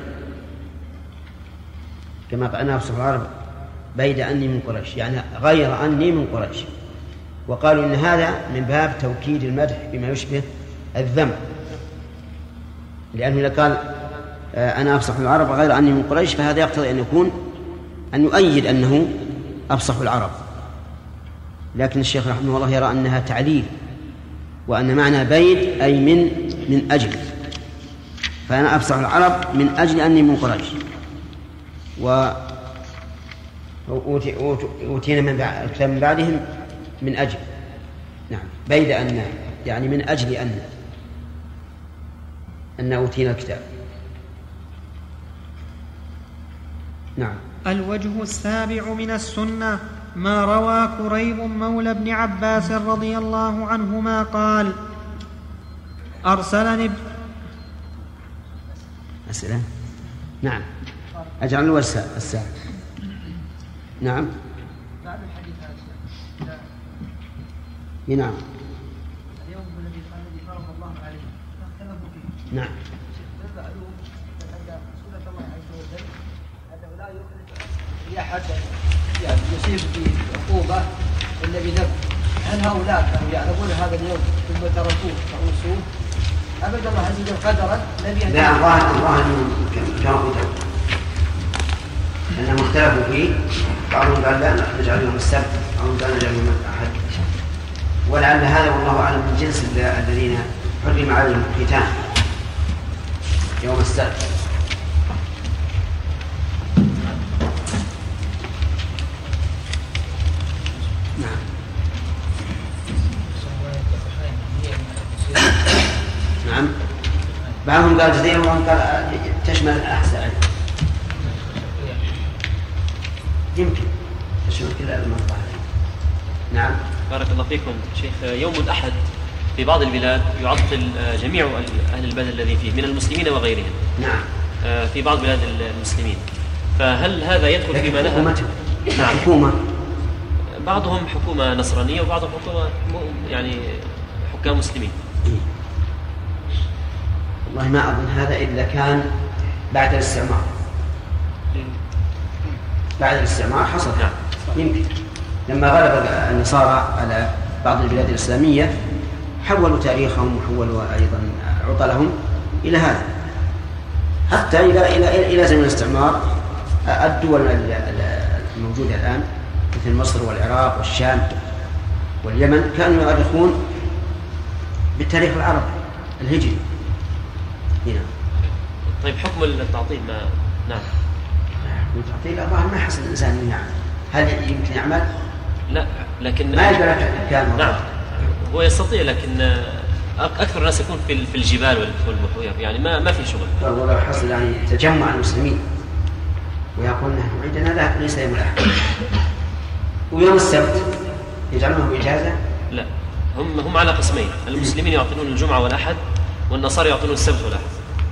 Speaker 2: كما قال أنا أفصح العرب بيد أني من قريش، يعني غير أني من قريش. وقالوا إن هذا من باب توكيد المدح بما يشبه الذم، لأنه إذا قال أنا أفصح العرب غير أني من قريش فهذا يقتضي أن يؤيد أنه أفصح العرب. لكن الشيخ رحمه الله يرى أنها تعليل، وأن معنى بيد أي من أجل، فأنا أفصح العرب من أجل أني من قريش، وأوتينا من بعدهم من أجل. نعم بيد أن يعني من أجل أن أوتينا الكتاب. نعم.
Speaker 1: الوجه السابع من السنة ما روى كريب مولى بن عباس رضي الله عنهما قال أرسلني
Speaker 2: أسئلة. نعم أجعل الساعة. نعم
Speaker 3: بعد الحديث هذا
Speaker 2: نعم
Speaker 3: اليوم الذي فرض الله عليه فاختلفوا فيه.
Speaker 2: نعم
Speaker 3: فسألوا أن سنة الله عز وجل أنه لا يخرج أحد يعني يصيب بعقوبة إلا بذنب. هل هؤلاء كانوا يعلمون هذا اليوم ثم تركوه فأوصوه؟ أبدا الله عز وجل قدرا لم يهدي.
Speaker 2: لا الله كانوا لأنهم اختلفوا فيه، بعضهم قال لا نجعل يوم السبت، بعضهم قال نجعل يوم الأحد، ولعل هذا والله أعلم من جنس الذين حرم عليهم الختان يوم السبت. بعضهم قال جزئية وبعضهم قال تشمل الأحساء. يمكن تشمل كلا المنطقة. نعم.
Speaker 5: بارك الله فيكم شيخ. يوم الأحد في بعض البلاد يعطل جميع أهل البلد الذي فيه من المسلمين وغيرهم.
Speaker 2: نعم.
Speaker 5: في بعض بلاد المسلمين، فهل هذا يدخل فيما نهى؟
Speaker 2: نعم. حكومة،
Speaker 5: بعضهم حكومة نصرانية وبعضهم حكومة يعني حكام مسلمين.
Speaker 2: والله ما أظن هذا إلا كان بعد الاستعمار. بعد الاستعمار حصل.
Speaker 5: نعم.
Speaker 2: يمكن لما غلب النصارى على بعض البلاد الإسلامية حولوا تاريخهم وحولوا أيضا عطلهم إلى هذا، حتى إلى زمن الاستعمار الدول الموجودة الآن مثل مصر والعراق والشام واليمن كانوا يؤرخون بالتاريخ العربي الهجري. هنا.
Speaker 5: طيب حكم التعطيل ما نعم.
Speaker 2: التعطيل الظاهر ما حصل الإنسان يعني هل يمكن يعمل؟
Speaker 5: لا لكن
Speaker 2: ما يقدر كان.
Speaker 5: نعم هو يستطيع، لكن أكثر الناس يكون في الجبال والبحور، يعني ما في شغل.
Speaker 2: ولو حصل يعني تجمع المسلمين ويقول نحن عندنا لا ليس يوم الأحد ويوم السبت يجعلونه إجازة.
Speaker 5: لا هم على قسمين، المسلمين يعطون الجمعة والأحد والنصارى يعطون السبت والأحد.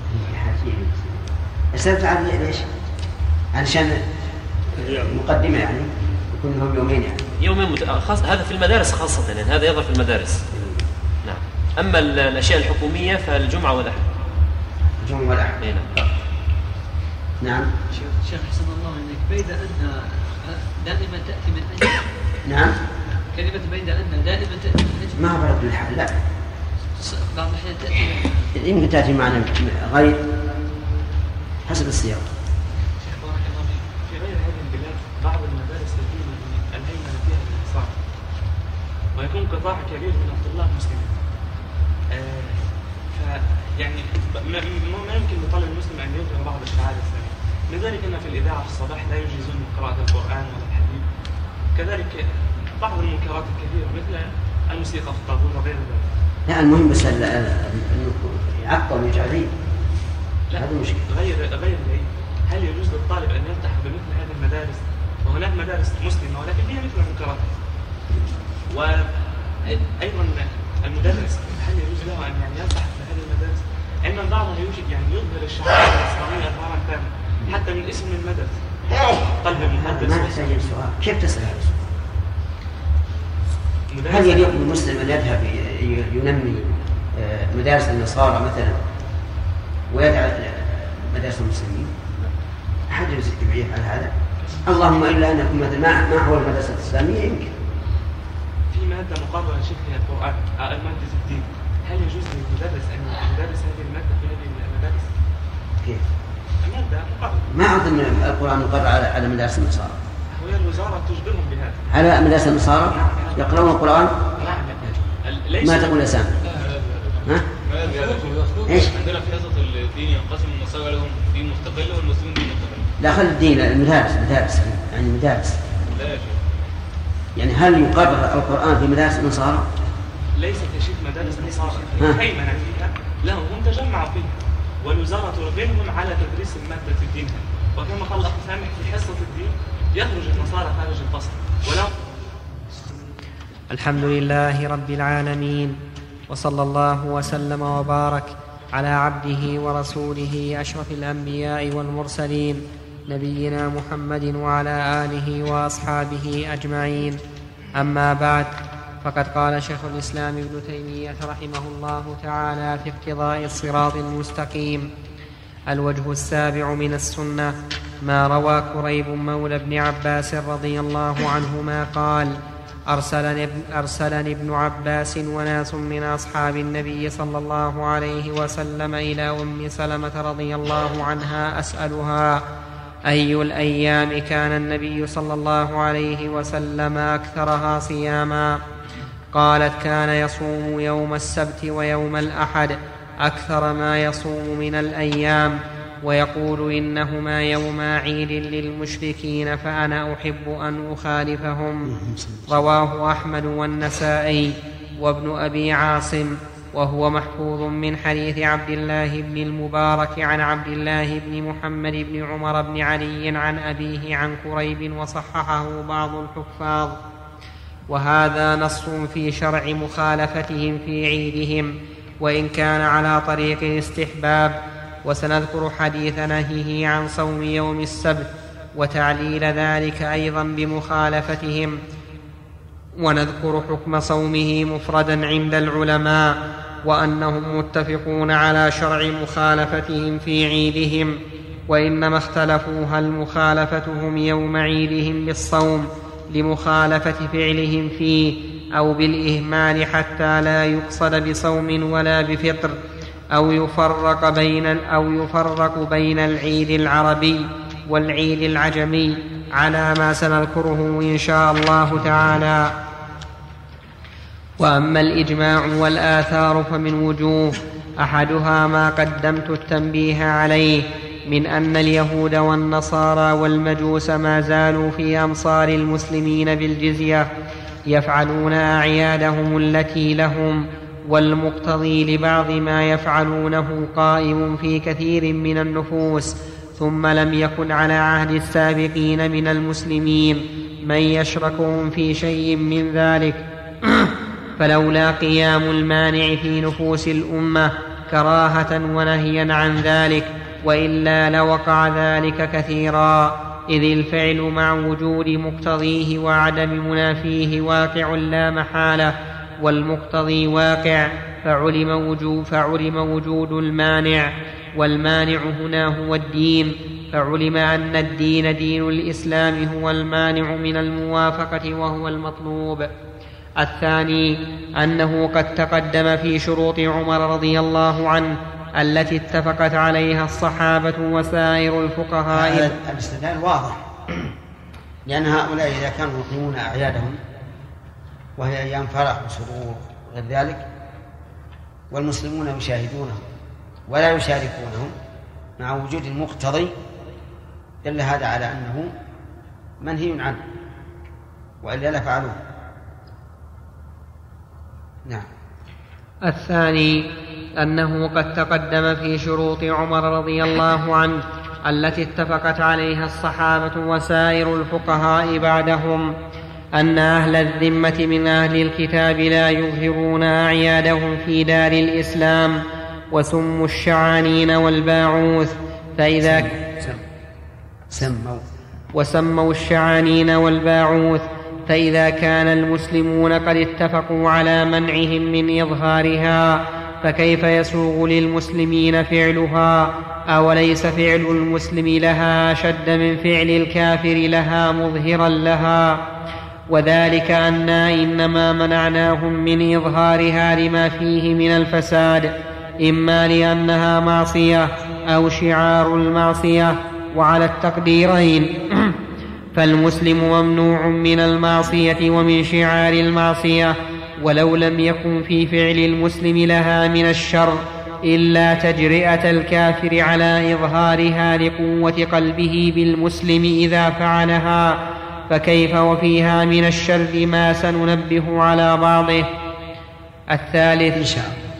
Speaker 2: السبت عادي ليش؟ علشان مقدمة يعني يكون لهم يومين يعني.
Speaker 5: يومين هذا في المدارس خاصة، يعني هذا يظهر في المدارس. نعم. أما الأشياء الحكومية فالجمعة والأحد.
Speaker 2: الجمعة والأحد.
Speaker 5: نعم.
Speaker 2: نعم.
Speaker 3: شيخ حسن الله إنك بيد أن دائما تأتي من أجل.
Speaker 2: نعم.
Speaker 3: كلمة بيد أن دائما تأتي من أجل.
Speaker 2: ما برد الحال لا.
Speaker 3: بعض الأحيان تأتي.
Speaker 2: يمكن تأتي معنا غير حسب السياق.
Speaker 8: شيخ بارك الله فيك، في غير هذه البلاد بعض المدارس التي ألهينا فيها الانتصار ويكون قطاع كبير من الطلاب مسلمين. فيعني ما يمكن لطالب المسلم أن يتبع بعض الشعائر الإسلامية. لذلك أن في الإذاعة في الصباح لا يجيزون قراءة القرآن ولا الحديث. كذلك بعض المنكرات الكثيرة مثل الموسيقى في الطابور وغير ذلك.
Speaker 2: لا المهم بس أنه يعطل ويجعل.
Speaker 8: لا
Speaker 2: هذا مشكلة.
Speaker 8: غير العيد، هل يجوز للطالب أن يلتحق بمثل هذه المدارس؟ وهناك مدارس مسلمة ولكن فيها مثل المنكرات. وأيضا المدرس هل يجوز له أن يلتحق بهذه المدارس؟ عندما بعضهم يوجد يظهر الشعائر الإسلامية إظهارا تاما حتى من اسم المدرسة. قلب المدرس.
Speaker 2: ما يحتاج السؤال، كيف تسأل هذا السؤال؟ هل يليق بالمسلم أن يذهب ينمي مدارس النصارى مثلا ويدعى مدارس المسلمين؟ أحد يبعيه على هذا؟ اللهم إلا أن يكون مثلا ما هو المدرسة الإسلامية يمكن.
Speaker 8: في مادة مقررة شبه القرآن مادة الدين، هل يجوز للمدرس أن يدرس هذه المادة في هذه المدارس؟
Speaker 2: كيف؟
Speaker 8: المادة مقررة.
Speaker 2: ما أظن القرآن مقرر على مدارس النصارى.
Speaker 8: وهي الوزارة تجبرهم بهذا.
Speaker 2: على مدارس النصارى يقرؤون القرآن؟
Speaker 8: نعم.
Speaker 2: ما تقول يا سامي؟ ها؟ ايش؟
Speaker 9: عندنا في حصة الدين ينقسم النصارى لهم دين مستقل والمسلمين دين مستقل.
Speaker 2: لا خلي الدين المدارس يعني مدارس.
Speaker 9: لا يا شيخ.
Speaker 2: يعني هل يقرر القرآن في مدارس النصارى؟
Speaker 8: ليست يا شيخ مدارس النصارى هيمنة فيها لهم هم تجمعوا فيها والوزارة ترغمهم على تدريس مادة الدين. وكما قال الأخ سامح في حصة الدين يخرج النصارى خارج الفصل ولو.
Speaker 1: الحمد لله رب العالمين، وصلى الله وسلم وبارك على عبده ورسوله أشرف الأنبياء والمرسلين نبينا محمد وعلى آله وأصحابه أجمعين. أما بعد، فقد قال شيخ الإسلام ابن تيمية رحمه الله تعالى في اقتضاء الصراط المستقيم: الوجه السابع من السنة ما روى كريب مولى ابن عباس رضي الله عنهما قال: أرسلني ابن عباس وناس من أصحاب النبي صلى الله عليه وسلم إلى أم سلمة رضي الله عنها أسألها أي الأيام كان النبي صلى الله عليه وسلم أكثرها صياما؟ قالت: كان يصوم يوم السبت ويوم الأحد أكثر ما يصوم من الأيام، ويقول إنهما يوما عيد للمشركين فأنا أحب أن أخالفهم. رواه أحمد والنسائي وابن أبي عاصم. وهو محفوظ من حديث عبد الله بن المبارك عن عبد الله بن محمد بن عمر بن علي عن أبيه عن كريب، وصححه بعض الحفاظ. وهذا نص في شرع مخالفتهم في عيدهم، وإن كان على طريق الاستحباب. وسنذكر حديث نهيه عن صوم يوم السبت وتعليل ذلك أيضا بمخالفتهم، ونذكر حكم صومه مفردا عند العلماء، وأنهم متفقون على شرع مخالفتهم في عيدهم، وإنما اختلفوا هل مخالفتهم يوم عيدهم بالصوم لمخالفة فعلهم فيه، أو بالإهمال حتى لا يقصد بصوم ولا بفطر، أو يفرق بين العيد العربي والعيد العجمي على ما سنذكره إن شاء الله تعالى. وأما الإجماع والآثار فمن وجوه، أحدها ما قدمت التنبيه عليه من أن اليهود والنصارى والمجوس ما زالوا في أمصار المسلمين بالجزية يفعلون أعيادهم التي لهم، والمقتضي لبعض ما يفعلونه قائم في كثير من النفوس، ثم لم يكن على عهد السابقين من المسلمين من يشركهم في شيء من ذلك فلولا قيام المانع في نفوس الأمة كراهة ونهيا عن ذلك، وإلا لوقع ذلك كثيرا، إذ الفعل مع وجود مقتضيه وعدم منافيه واقع لا محالة، والمقتضي واقع فعلم وجود المانع، والمانع هنا هو الدين، فعلم أن الدين دين الإسلام هو المانع من الموافقة وهو المطلوب. الثاني أنه قد تقدم في شروط عمر رضي الله عنه التي اتفقت عليها الصحابة وسائر الفقهاء.
Speaker 2: هذا الاستدلال واضح، لأن هؤلاء إذا كانوا يقيمون أعيادهم وهي أيام فرح وسرور وغير ذلك، والمسلمون يشاهدونهم ولا يشاركونهم مع وجود المقتضي، دل هذا على أنه منهي عنه، وإلا لفعلوه. نعم.
Speaker 1: الثاني أنه قد تقدم في شروط عمر رضي الله عنه التي اتفقت عليها الصحابة وسائر الفقهاء بعدهم أن أهل الذمة من أهل الكتاب لا يظهرون أعيادهم في دار الإسلام، وسموا الشعانين والباعوث وسموا الشعانين والباعوث، فإذا كان المسلمون قد اتفقوا على منعهم من إظهارها فكيف يسوغ للمسلمين فعلها؟ أوليس فعل المسلم لها أشد من فعل الكافر لها مظهرا لها؟ وذلك أننا إنما منعناهم من إظهارها لما فيه من الفساد، إما لأنها معصية أو شعار المعصية، وعلى التقديرين فالمسلم ممنوع من المعصية ومن شعار المعصية، ولو لم يكن في فعل المسلم لها من الشر إلا تجرئة الكافر على إظهارها لقوة قلبه بالمسلم إذا فعلها، فكيف وفيها من الشر ما سننبه على بعضه. الثالث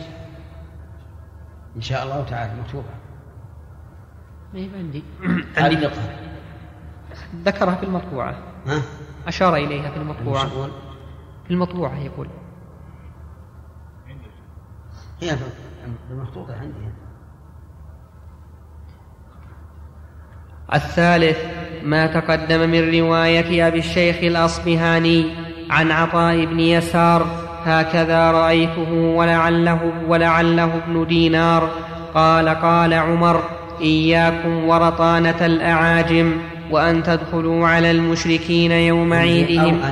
Speaker 2: إن شاء الله تعالى مكتوبة،
Speaker 1: ما هي عندي ذكرها في المطبوعة، أشار إليها في المطبوعة، في المطبوعة يقول
Speaker 2: هي المخطوطة عندي.
Speaker 1: الثالث ما تقدم من رواية أبي الشيخ الأصبهاني عن عطاء بن يسار هكذا رأيته ولعله ابن دينار قال قال عمر إياكم ورطانة الأعاجم وأن تدخلوا على المشركين يوم عيدهم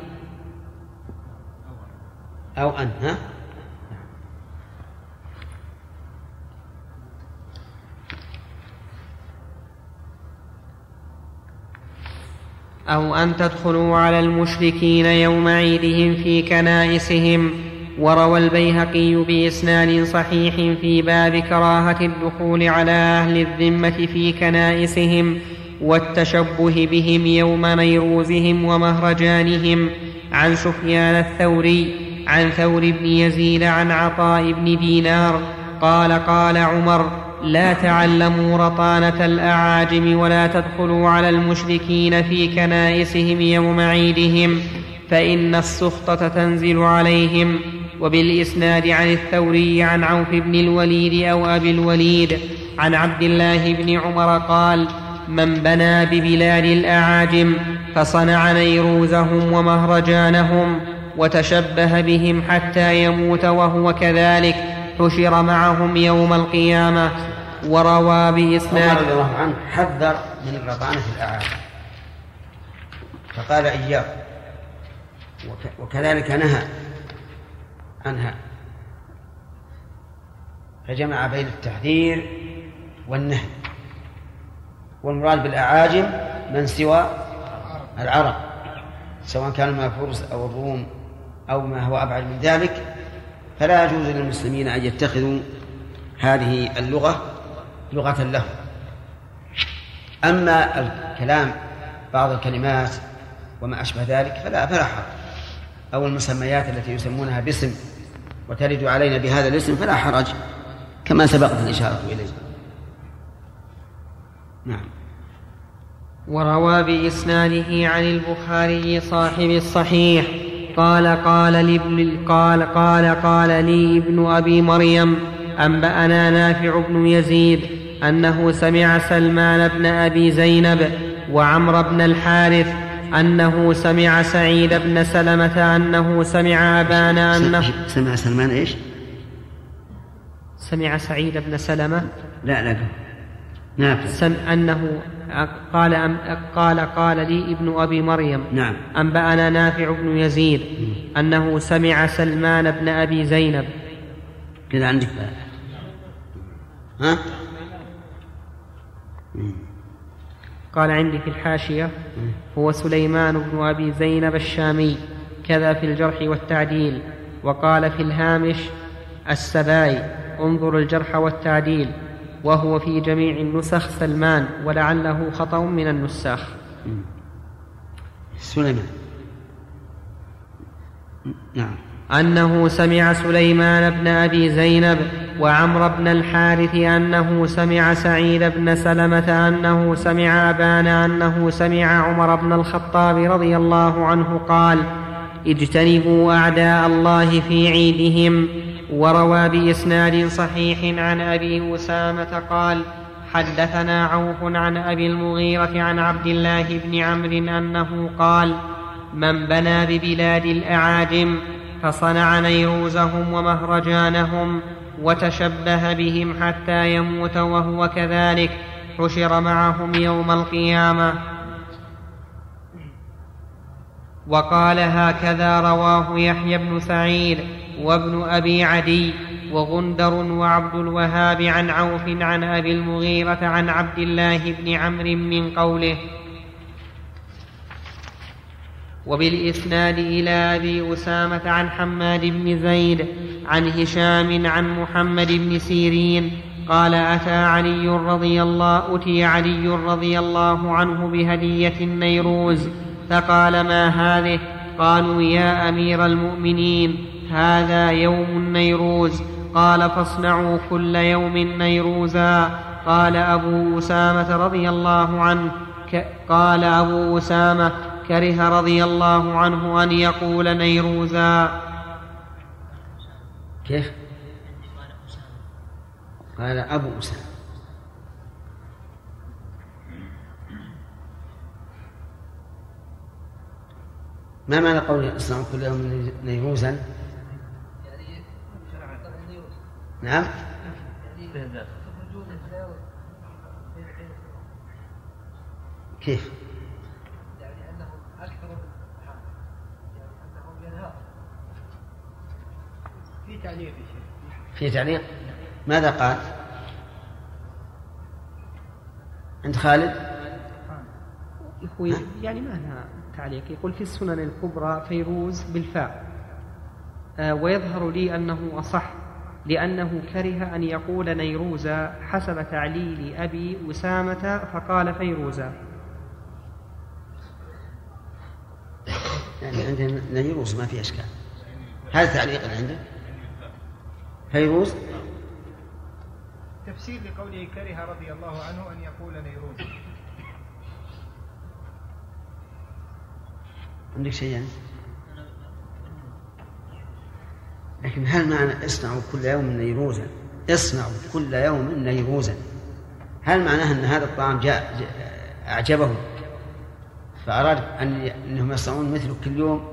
Speaker 1: أو أن تدخلوا على المشركين يوم عيدهم في كنائسهم. وروى البيهقي بإسناد صحيح في باب كراهة الدخول على أهل الذمة في كنائسهم والتشبه بهم يوم نيروزهم ومهرجانهم عن سفيان الثوري عن ثور بن يزيد عن عطاء بن دينار قال قال عمر لا تعلموا رطانة الأعاجم ولا تدخلوا على المشركين في كنائسهم يوم عيدهم فإن السخطة تنزل عليهم. وبالإسناد عن الثوري عن عوف بن الوليد أو أبي الوليد عن عبد الله بن عمر قال من بنى ببلاد الأعاجم فصنع نيروزهم ومهرجانهم وتشبه بهم حتى يموت وهو كذلك حشر معهم يوم القيامة. وروى بإسناد
Speaker 2: رضي الله عنه حذر من رطانة الأعاجم فقال إياكم، وكذلك نهى عنها، فجمع بين التحذير والنهي. والمراد بالأعاجم من سوى العرب سواء كانوا من الفرس أو الروم أو ما هو أبعد من ذلك، فلا يجوز للمسلمين أن يتخذوا هذه اللغة لغة لهم. أما الكلام بعض الكلمات وما أشبه ذلك فلا حرج، أو المسميات التي يسمونها باسم وترد علينا بهذا الاسم فلا حرج كما سبقت الإشارة إليه. نعم.
Speaker 1: وروى بإسناده عن البخاري صاحب الصحيح قال لي ابن أبي مريم أنبأنا نافع بن يزيد أنه سمع سلمان بن أبي زينب وعمر بن الحارث أنه سمع سعيد بن سلمة أنه سمع أبان أنه
Speaker 2: سمع سلمان إيش؟
Speaker 1: سمع سعيد بن سلمة
Speaker 2: لا نافع
Speaker 1: أنه قال لي ابن أبي مريم
Speaker 2: نعم
Speaker 1: أنبأنا نافع بن يزيد أنه سمع سلمان بن أبي زينب.
Speaker 2: كذا عندك ها؟
Speaker 1: قال عندي في الحاشية هو سليمان بن أبي زينب الشامي كذا في الجرح والتعديل. وقال في الهامش السباي انظر الجرح والتعديل وهو في جميع النسخ سلمان ولعله خطأ من النساخ.
Speaker 2: سليمان نعم
Speaker 1: أنه سمع سليمان بن أبي زينب وعمر بن الحارث أنه سمع سعيد بن سلمة أنه سمع أبان أنه سمع عمر بن الخطاب رضي الله عنه قال اجتنبوا أعداء الله في عيدهم. وروى بإسناد صحيح عن أبي أسامة قال حدثنا عوف عن أبي المغيرة عن عبد الله بن عمرو أنه قال من بنى ببلاد الأعاجم فصنع نيروزهم ومهرجانهم وتشبه بهم حتى يموت وهو كذلك حشر معهم يوم القيامة. وقال هكذا رواه يحيى بن سعيد وابن أبي عدي وغندر وعبد الوهاب عن عوف عن أبي المغيرة عن عبد الله بن عمرو من قوله. وبالإسناد إلى أبي أسامة عن حماد بن زيد عن هشام عن محمد بن سيرين قال أتي علي رضي الله عنه بهدية النيروز فقال ما هذه؟ قالوا يا أمير المؤمنين هذا يوم النيروز. قال فاصنعوا كل يوم نيروزا. قال أبو أسامة رضي الله عنه كره رضي الله عنه أن يقول نيروزا.
Speaker 2: كيف؟ قال أبو أسامة ما معنى قول اصنعوا كل يوم نيروزا؟ نعم كيف؟
Speaker 3: يعني أنهم أكثر من الحال، يعني أنهم ينهار. في تعليق
Speaker 2: في تعليق ماذا قال؟ عند خالد
Speaker 1: يعني ما لها تعليق. يقول في السنن الكبرى فيروز بالفاء ويظهر لي أنه أصح لأنه كره أن يقول نيروزا حسب تعليل أبي أسامة فقال فيروزا.
Speaker 2: يعني عندنا نيروز ما في أشكال. هذا تعليق اللي عنده فيروز.
Speaker 10: تفسير لقوله كره رضي الله عنه أن يقول نيروز.
Speaker 2: عندك شيء يعني؟ لكن هل معنى اصنعوا كل يوم نيروزا، اصنعوا كل يوم نيروزا، هل معناها أن هذا الطعام جاء أعجبه فأراد أنهم يصنعون مثله كل يوم؟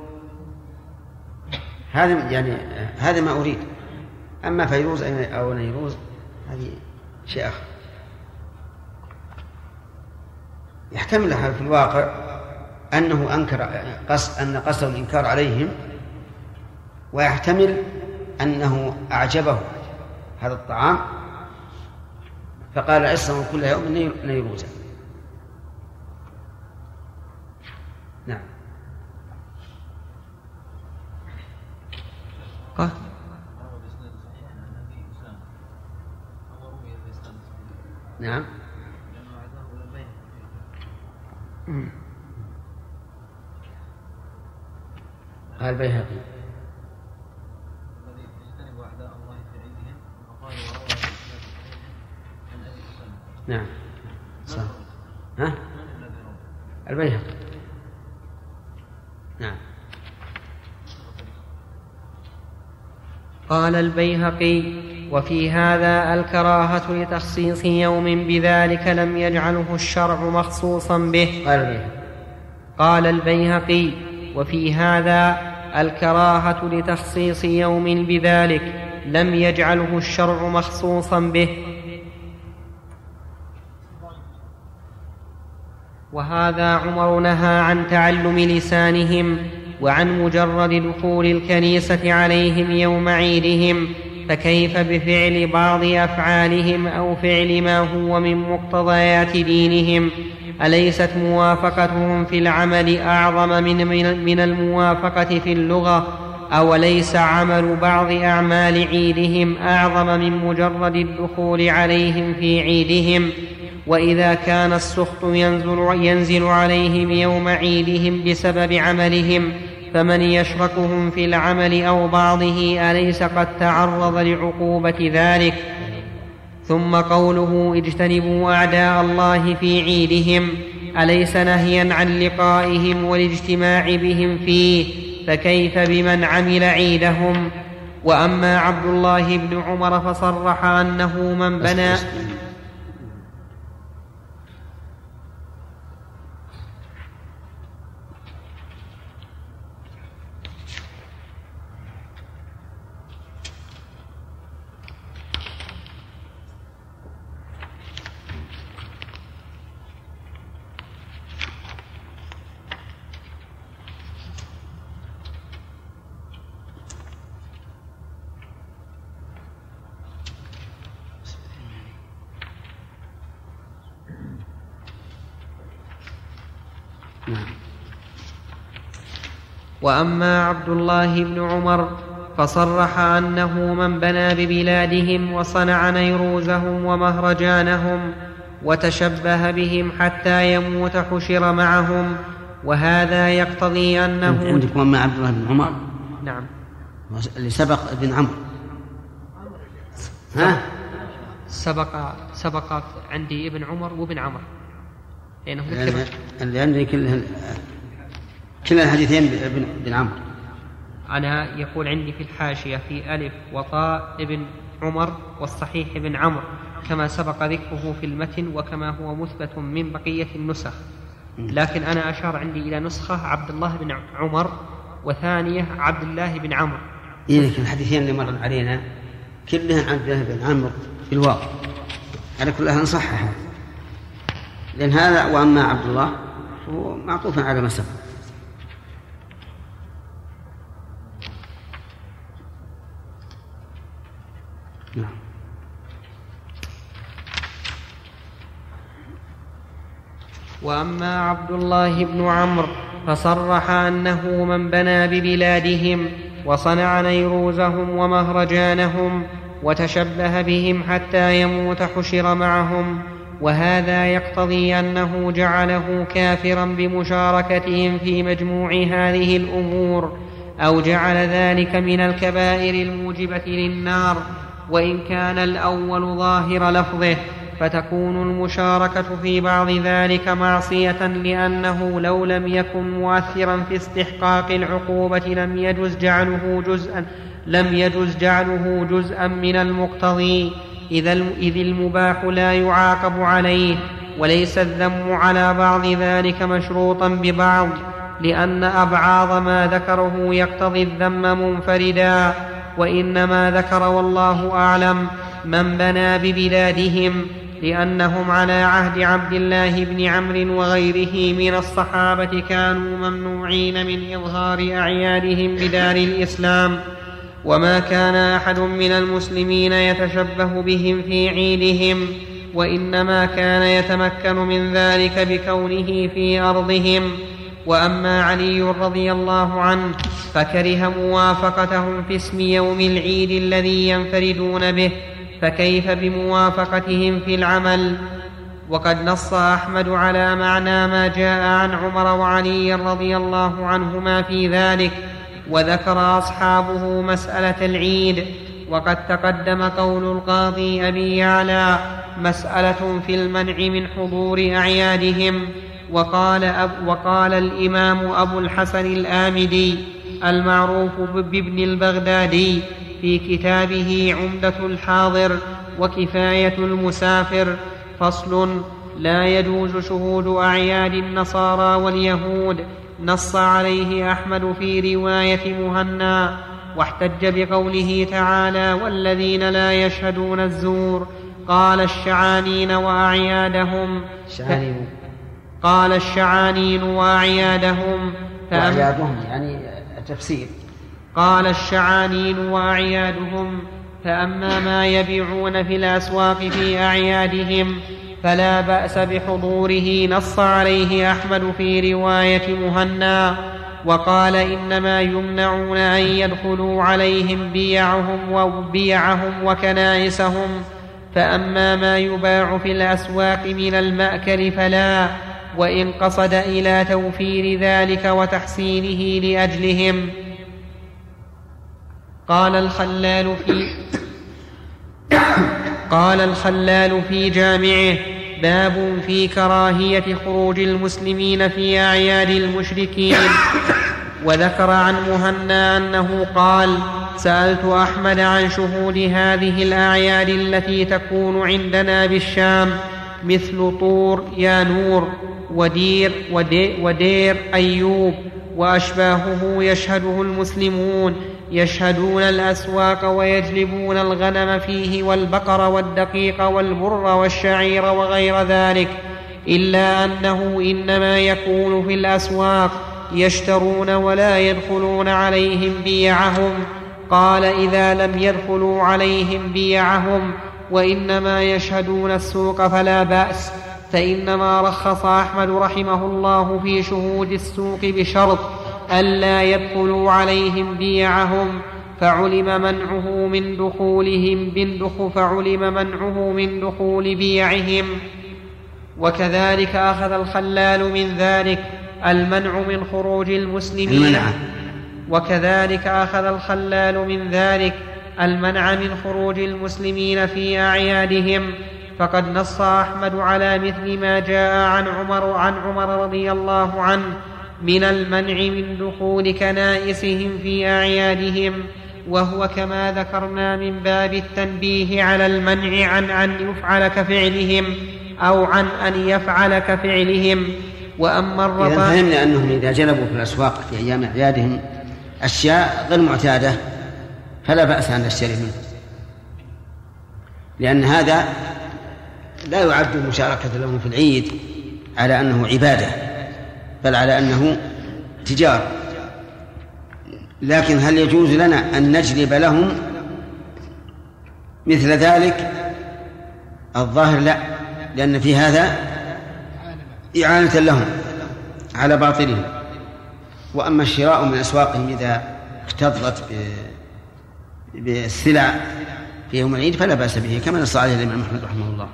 Speaker 2: هذا يعني هذا ما أريد. أما فيروز أو نيروز هذه شيء آخر. يحتمل في الواقع أنه أنكر أن قصد الإنكار عليهم، ويحتمل أنه أعجبه هذا الطعام فقال اصنعوا كل يوم نيروزا. نعم. نعم. قال بيهقي نعم صح. ها البيهقي. نعم.
Speaker 1: قال البيهقي: وفي هذا الكراهة لتخصيص يوم بذلك لم يجعله الشرع مخصوصا به. قال البيهقي: وفي هذا الكراهة لتخصيص يوم بذلك لم يجعله الشرع مخصوصا به. وهذا عمر نهى عن تعلم لسانهم وعن مجرد دخول الكنيسة عليهم يوم عيدهم، فكيف بفعل بعض أفعالهم أو فعل ما هو من مقتضيات دينهم؟ أليست موافقتهم في العمل أعظم من الموافقة في اللغة؟ أوليس عمل بعض أعمال عيدهم أعظم من مجرد الدخول عليهم في عيدهم؟ وإذا كان السخط ينزل عليهم يوم عيدهم بسبب عملهم، فمن يشركهم في العمل أو بعضه أليس قد تعرض لعقوبة ذلك؟ ثم قوله: اجتنبوا أعداء الله في عيدهم، أليس نهيا عن لقائهم والاجتماع بهم فيه؟ فكيف بمن عمل عيدهم؟ وأما عبد الله بن عمر فصرح أنه من بنى وأما عبد الله بن عمر فصرح أنه من بنى ببلادهم وصنع نيروزهم ومهرجانهم وتشبه بهم حتى يموت حشر معهم، وهذا يقتضي أنه
Speaker 2: عندكم أما عبد الله بن عمر.
Speaker 1: نعم.
Speaker 2: اللي سبق ابن عمرو. ها
Speaker 1: سبق عندي ابن عمر وابن عمر،
Speaker 2: اللي عندي كل الحديثين بن عمرو.
Speaker 1: أنا يقول عندي في الحاشية في ألف وطاء ابن عمر والصحيح ابن عمرو كما سبق ذكره في المتن وكما هو مثبت من بقية النسخ، لكن أنا أشار عندي إلى نسخة عبد الله بن عمر وثانية عبد الله بن عمرو.
Speaker 2: لكن الحديثين اللي مر علينا كلها عبد الله بن عمرو في الواقع على كلها نصحها، لأن هذا وأما عبد الله هو معطوف على ما سبق. نعم.
Speaker 1: وأما عبد الله بن عمرو فصرح أنه من بنى ببلادهم وصنع نيروزهم ومهرجانهم وتشبه بهم حتى يموت حشر معهم، وهذا يقتضي أنه جعله كافرا بمشاركتهم في مجموع هذه الأمور أو جعل ذلك من الكبائر الموجبة للنار. وإن كان الأول ظاهر لفظه فتكون المشاركة في بعض ذلك معصية، لأنه لو لم يكن مؤثرا في استحقاق العقوبة لم يجز جعله جزءا من المقتضي، إذ المباح لا يعاقب عليه، وليس الذم على بعض ذلك مشروطا ببعض، لأن أبعاض ما ذكره يقتضي الذم منفردا. وإنما ذكر والله أعلم من بنى ببلادهم، لأنهم على عهد عبد الله بن عمرو وغيره من الصحابة كانوا ممنوعين من إظهار أعيادهم بدار الإسلام، وما كان أحد من المسلمين يتشبه بهم في عيدهم، وإنما كان يتمكن من ذلك بكونه في أرضهم. وأما علي رضي الله عنه فكره موافقتهم في اسم يوم العيد الذي ينفردون به، فكيف بموافقتهم في العمل؟ وقد نص أحمد على معنى ما جاء عن عمر وعلي رضي الله عنهما في ذلك، وذكر أصحابه مسألة العيد. وقد تقدم قول القاضي أبي يعلى مسألة في المنع من حضور أعيادهم. وقال الإمام أبو الحسن الآمدي المعروف بابن البغدادي في كتابه عمدة الحاضر وكفاية المسافر: فصل: لا يجوز شهود أعياد النصارى واليهود. نص عليه أحمد في رواية مهنا، واحتج بقوله تعالى: والذين لا يشهدون الزور. قال الشعانين وأعيادهم وأعيادهم
Speaker 2: يعني تفسير.
Speaker 1: قال الشعانين وأعيادهم: فأما ما يبيعون في الأسواق في أعيادهم فلا بأس بحضوره. نص عليه أحمد في رواية مهنا، وقال: إنما يمنعون أن يدخلوا عليهم بيعهم وكنائسهم. فأما ما يباع في الأسواق من المأكل فلا، وإن قصد إلى توفير ذلك وتحسينه لأجلهم. قال الخلال في جامعه: باب في كراهية خروج المسلمين في أعياد المشركين. وذكر عن مهنا أنه قال: سألت أحمد عن شهود هذه الأعياد التي تكون عندنا بالشام، مثل طور يانور ودير أيوب وأشباهه، يشهده المسلمون، يشهدون الأسواق ويجلبون الغنم فيه والبقر والدقيق والبر والشعير وغير ذلك، إلا أنه إنما يكون في الأسواق، يشترون ولا يدخلون عليهم بيعهم. قال: إذا لم يدخلوا عليهم بيعهم وإنما يشهدون السوق فلا بأس. فإنما رخص أحمد رحمه الله في شهود السوق بشرط ألا يدخلوا عليهم بيعهم، فعلم منعه من دخول بيعهم. وكذلك أخذ الخلال من ذلك المنع من خروج المسلمين المنع من خروج المسلمين في أعيادهم. فقد نص أحمد على مثل ما جاء عن عمر رضي الله عنه من المنع من دخول كنائسهم في أعيادهم، وهو كما ذكرنا من باب التنبيه على المنع عن أن يفعل كفعلهم أو عن أن يفعل كفعلهم. وأما
Speaker 2: إذا فهمنا أنهم إذا جلبوا في الأسواق في أيام أعيادهم أشياء غير معتادة فلا بأس أن نشتري منه، لأن هذا لا يعد المشاركة لهم في العيد على أنه عبادة، بل على أنه تجارة. لكن هل يجوز لنا أن نجلب لهم مثل ذلك؟ الظاهر لا، لأن في هذا إعانة لهم على باطلهم. وأما الشراء من أسواقهم إذا اكتظت بالسلع في يوم العيد فلا بأس به، كما نص عليه الإمام أحمد رحمه الله.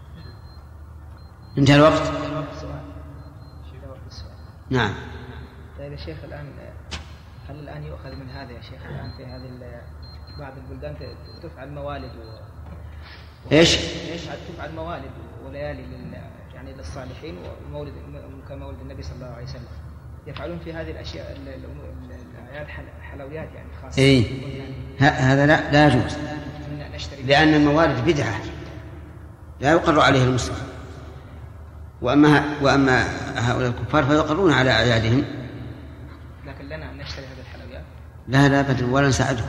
Speaker 2: انتهى الوقت. نعم.
Speaker 10: طيب يا شيخ الآن هل الآن يؤخذ من هذا يا شيخ الآن في هذه بعض البلدان تفعل موالد
Speaker 2: ايش؟
Speaker 10: تفعل موالد وليالي يعني للصالحين ومولد كمولد النبي صلى الله عليه وسلم، يفعلون في هذه الأشياء الأعياد حلويات يعني خاصة.
Speaker 2: إيه هذا لا يجوز، لأن الموالد بدعة لا يقر عليه المسلم. وأما هؤلاء الكفار فيقرون على أعيادهم.
Speaker 10: لكن لنا أن نشتري هذه الحلويات؟
Speaker 2: لا أبدا، ولا نساعدهم.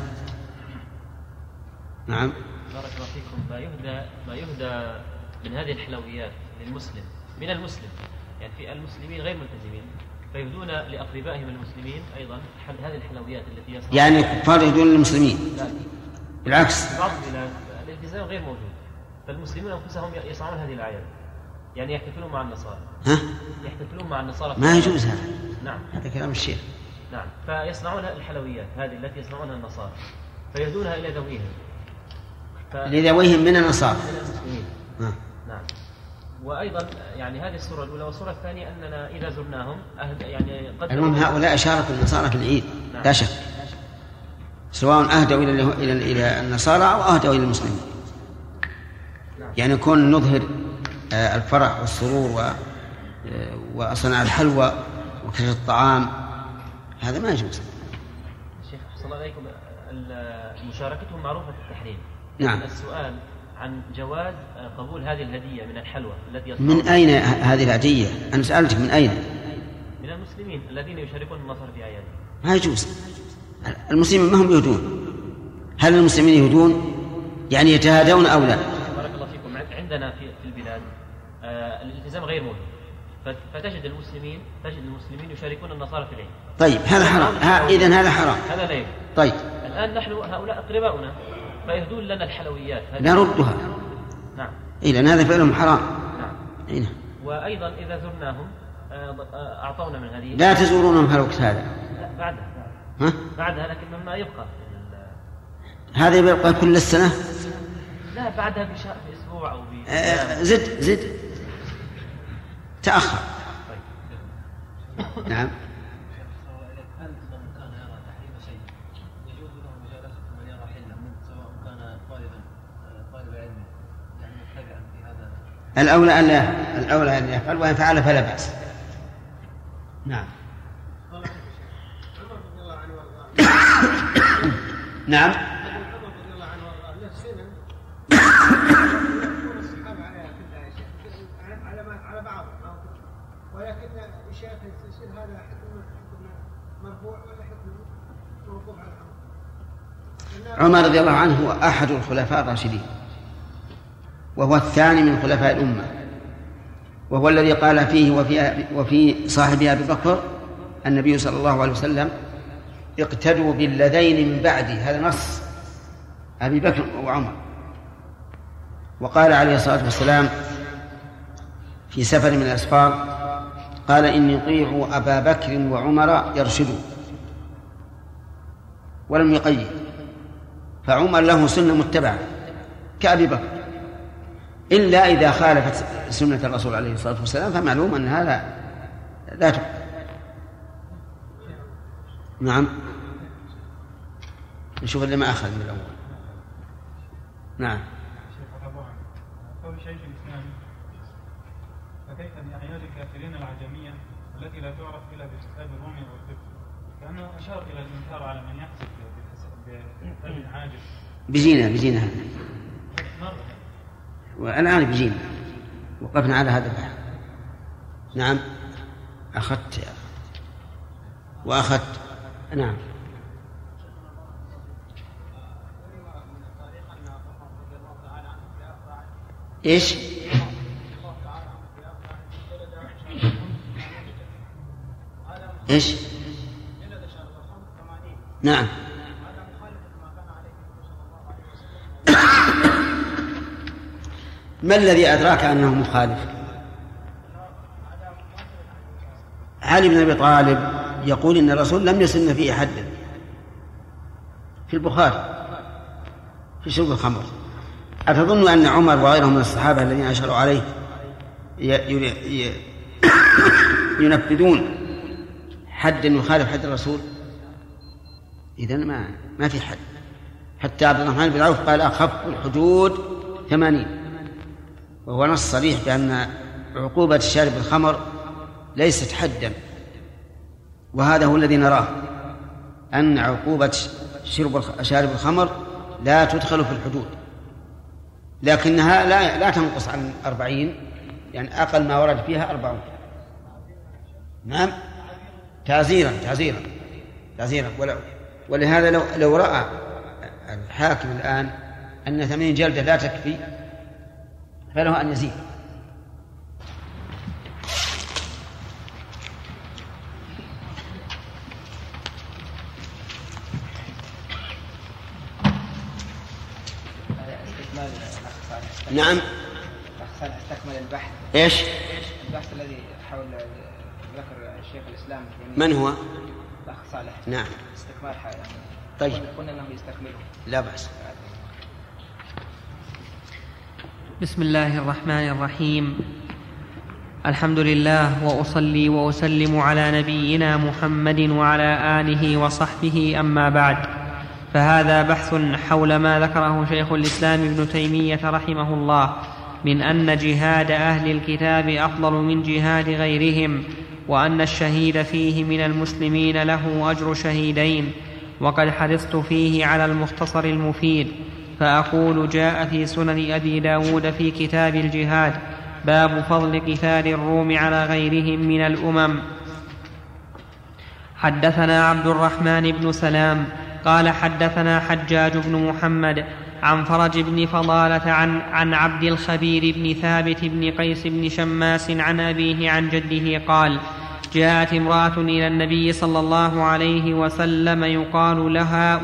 Speaker 2: نعم.
Speaker 5: بارك الله فيكم. ما يهدى من هذه الحلويات للمسلم من المسلم، يعني في المسلمين غير ملتزمين فيهدون لأقربائهم المسلمين أيضا هذه الحلويات التي يصنعون.
Speaker 2: يعني الكفار يهدون للمسلمين؟
Speaker 5: لا
Speaker 2: بالعكس،
Speaker 5: بعض الالتزام غير موجود، فالمسلمون أنفسهم يصنعون هذه الأعياد، يعني يحتفلون مع النصارى. يحتفلون مع النصارى.
Speaker 2: ما يجوز هذا.
Speaker 5: نعم،
Speaker 2: هذا كلام الشيخ.
Speaker 5: نعم، فيصنعون الحلويات هذه التي يصنعونها النصارى فيهدونها إلى ذويهم.
Speaker 2: لذويهم من النصارى.
Speaker 5: نعم. وأيضا يعني هذه الصورة الأولى، والصورة الثانية أننا إذا زرناهم يعني
Speaker 2: المهم هؤلاء شاركوا النصارى في العيد. نعم. لا شك، سواء أهدوا إلى النصارى أو أهدوا إلى المسلمين. نعم. يعني نكون نظهر الفرح والسرور وصنع الحلوى وكشف الطعام، هذا ما يجوز.
Speaker 5: شيخ أحسن الله عليكم، مشاركتهم معروفة في التحريم.
Speaker 2: نعم.
Speaker 5: السؤال عن جواز قبول هذه الهدية من الحلوى التي
Speaker 2: من أين هذه الهدية؟ أنا سألتك من أين؟
Speaker 5: من المسلمين الذين يشاركون النصارى في أعيادهم.
Speaker 2: ما يجوز. المسلمين ما هم يهدون. هل المسلمين يهدون؟ يعني يتهادون أو لا؟
Speaker 5: بارك الله فيكم. عندنا في البلاد الالتزام غير موجود، فتجد المسلمين يشاركون النصارى في العيد.
Speaker 2: طيب هذا حرام. إذن هذا حرام.
Speaker 5: هذا لا يجوز.
Speaker 2: طيب
Speaker 5: الآن نحن هؤلاء أقرباؤنا فيهدون لنا الحلويات.
Speaker 2: نردها.
Speaker 5: نعم.
Speaker 2: لأن هذا فعلهم حرام.
Speaker 5: نعم. وأيضا إذا زرناهم أعطونا من هذه.
Speaker 2: لا تزورونهم في الوقت هذا.
Speaker 5: لا بعدها. بعدها، لكن مما يبقى.
Speaker 2: هذا يبقى كل السنة؟
Speaker 5: لا، بعدها بأسبوع أو
Speaker 2: زد تأخر.
Speaker 5: طيب.
Speaker 2: نعم. الأولى أن يفعل، وإن فعل فلا بأس. نعم. نعم.
Speaker 6: على بعض، ولكن الشيخ يصير هذا حكم مرفوع ولا حكم موقوف على
Speaker 2: عمر رضي الله عنه هو أحد الخلفاء الراشدين، وهو الثاني من خلفاء الأمة، وهو الذي قال فيه وفي صاحبه أبي بكر النبي صلى الله عليه وسلم: اقتدوا بالذين من بعدي. هذا نص أبي بكر وعمر. وقال عليه الصلاة والسلام في سفر من الأسفار، قال: إني أطيع أبا بكر وعمر يرشدوا، ولم يقيد. فعمر له سنة متبعة كأبي بكر، إلا إذا خالفت سنة الرسول عليه الصلاة والسلام فمعلوم أن هذا لا تقبل. نعم. نشوف اللي ما أخذ من الأول. نعم.
Speaker 11: قول شيخ الإسلام: فكيف بأعياد الكافرين العجمية التي لا تعرف إلا بكتاب الرومي والقبط؟ كأنه أشار إلى الإنكار على من يحسب بكتاب عاجز.
Speaker 2: بيجينا هذا، والآن بيجينا. وقفنا على هذا البحث. نعم. أخذت. نعم. إيش؟ إيش؟ نعم. ما الذي أدراك أنه مخالف؟ علي بن أبي طالب يقول إن الرسول لم يسن فيه حدا، في البخاري في شرب الخمر. أتظن أن عمر وغيرهم من الصحابة الذين أشاروا عليه ينفذون حدا يخالف حد الرسول؟ إذن ما في حد. حتى عبد الرحمن بن عوف قال أخف الحدود 80، وهو نص صريح بأن عقوبة شارب الخمر ليست حدا، وهذا هو الذي نراه، أن عقوبة شارب الخمر لا تدخل في الحدود، لكنها لا تنقص عن 40، يعني أقل ما ورد فيها 40. نعم، تعزيرا. ولهذا لو رأى الحاكم الآن أن 80 جلدة لا تكفي فله أن يزيد. نعم.
Speaker 10: استكمل البحث.
Speaker 2: إيش؟
Speaker 10: البحث الذي حول ذكر شيخ الإسلام.
Speaker 2: من هو؟
Speaker 10: الأخ صالح.
Speaker 2: نعم.
Speaker 10: استكمال حاجة.
Speaker 2: طيب.
Speaker 10: قلنا أنه يستكمله.
Speaker 2: لا بأس.
Speaker 1: بسم الله الرحمن الرحيم. الحمد لله، وأصلي وأسلم على نبينا محمد وعلى آله وصحبه، أما بعد، فهذا بحث حول ما ذكره شيخ الإسلام ابن تيمية رحمه الله من أن جهاد أهل الكتاب أفضل من جهاد غيرهم، وأن الشهيد فيه من المسلمين له أجر شهيدين. وقد حرصت فيه على المختصر المفيد، فأقول: جاء في سنن أبي داود في كتاب الجهاد باب فضل قتال الروم على غيرهم من الأمم. حدثنا عبد الرحمن بن سلام قال حدثنا حجاج بن محمد عن فرج بن فضالة عن عبد الخبير بن ثابت بن قيس بن شماس عن أبيه عن جده قال: جاءت امرأة إلى النبي صلى الله عليه وسلم يقال لها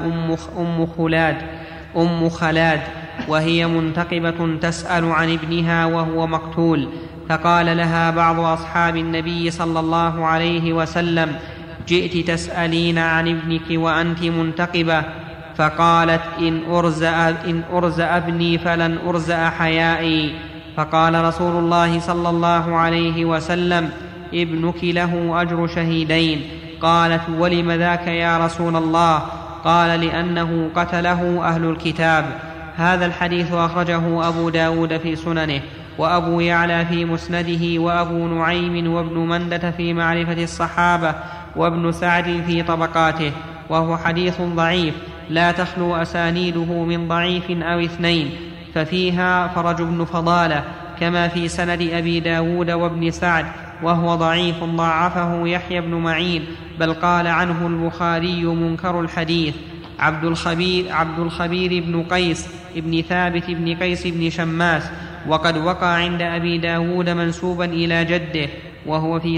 Speaker 1: أم خلاد، وهي منتقبة تسأل عن ابنها وهو مقتول، فقال لها بعض أصحاب النبي صلى الله عليه وسلم: جئت تسألين عن ابنك وأنت منتقبة؟ فقالت: إن أرزأ ابني فلن أرزأ حيائي. فقال رسول الله صلى الله عليه وسلم: ابنك له أجر شهيدين. قالت: ولم ذاك يا رسول الله؟ قال: لأنه قتله أهل الكتاب. هذا الحديث أخرجه أبو داود في سننه، وأبو يعلى في مسنده، وأبو نعيم وابن مندة في معرفة الصحابة، وابن سعد في طبقاته، وهو حديث ضعيف لا تخلو أسانيده من ضعيف أو اثنين، ففيها فرج بن فضالة كما في سند أبي داود وابن سعد، وهو ضعيف ضعفه يحيى بن معين، بل قال عنه البخاري منكر الحديث. عبد الخبير بن قيس ابن ثابت بن قيس بن شماس، وقد وقع عند أبي داود منسوبا إلى جده، وهو في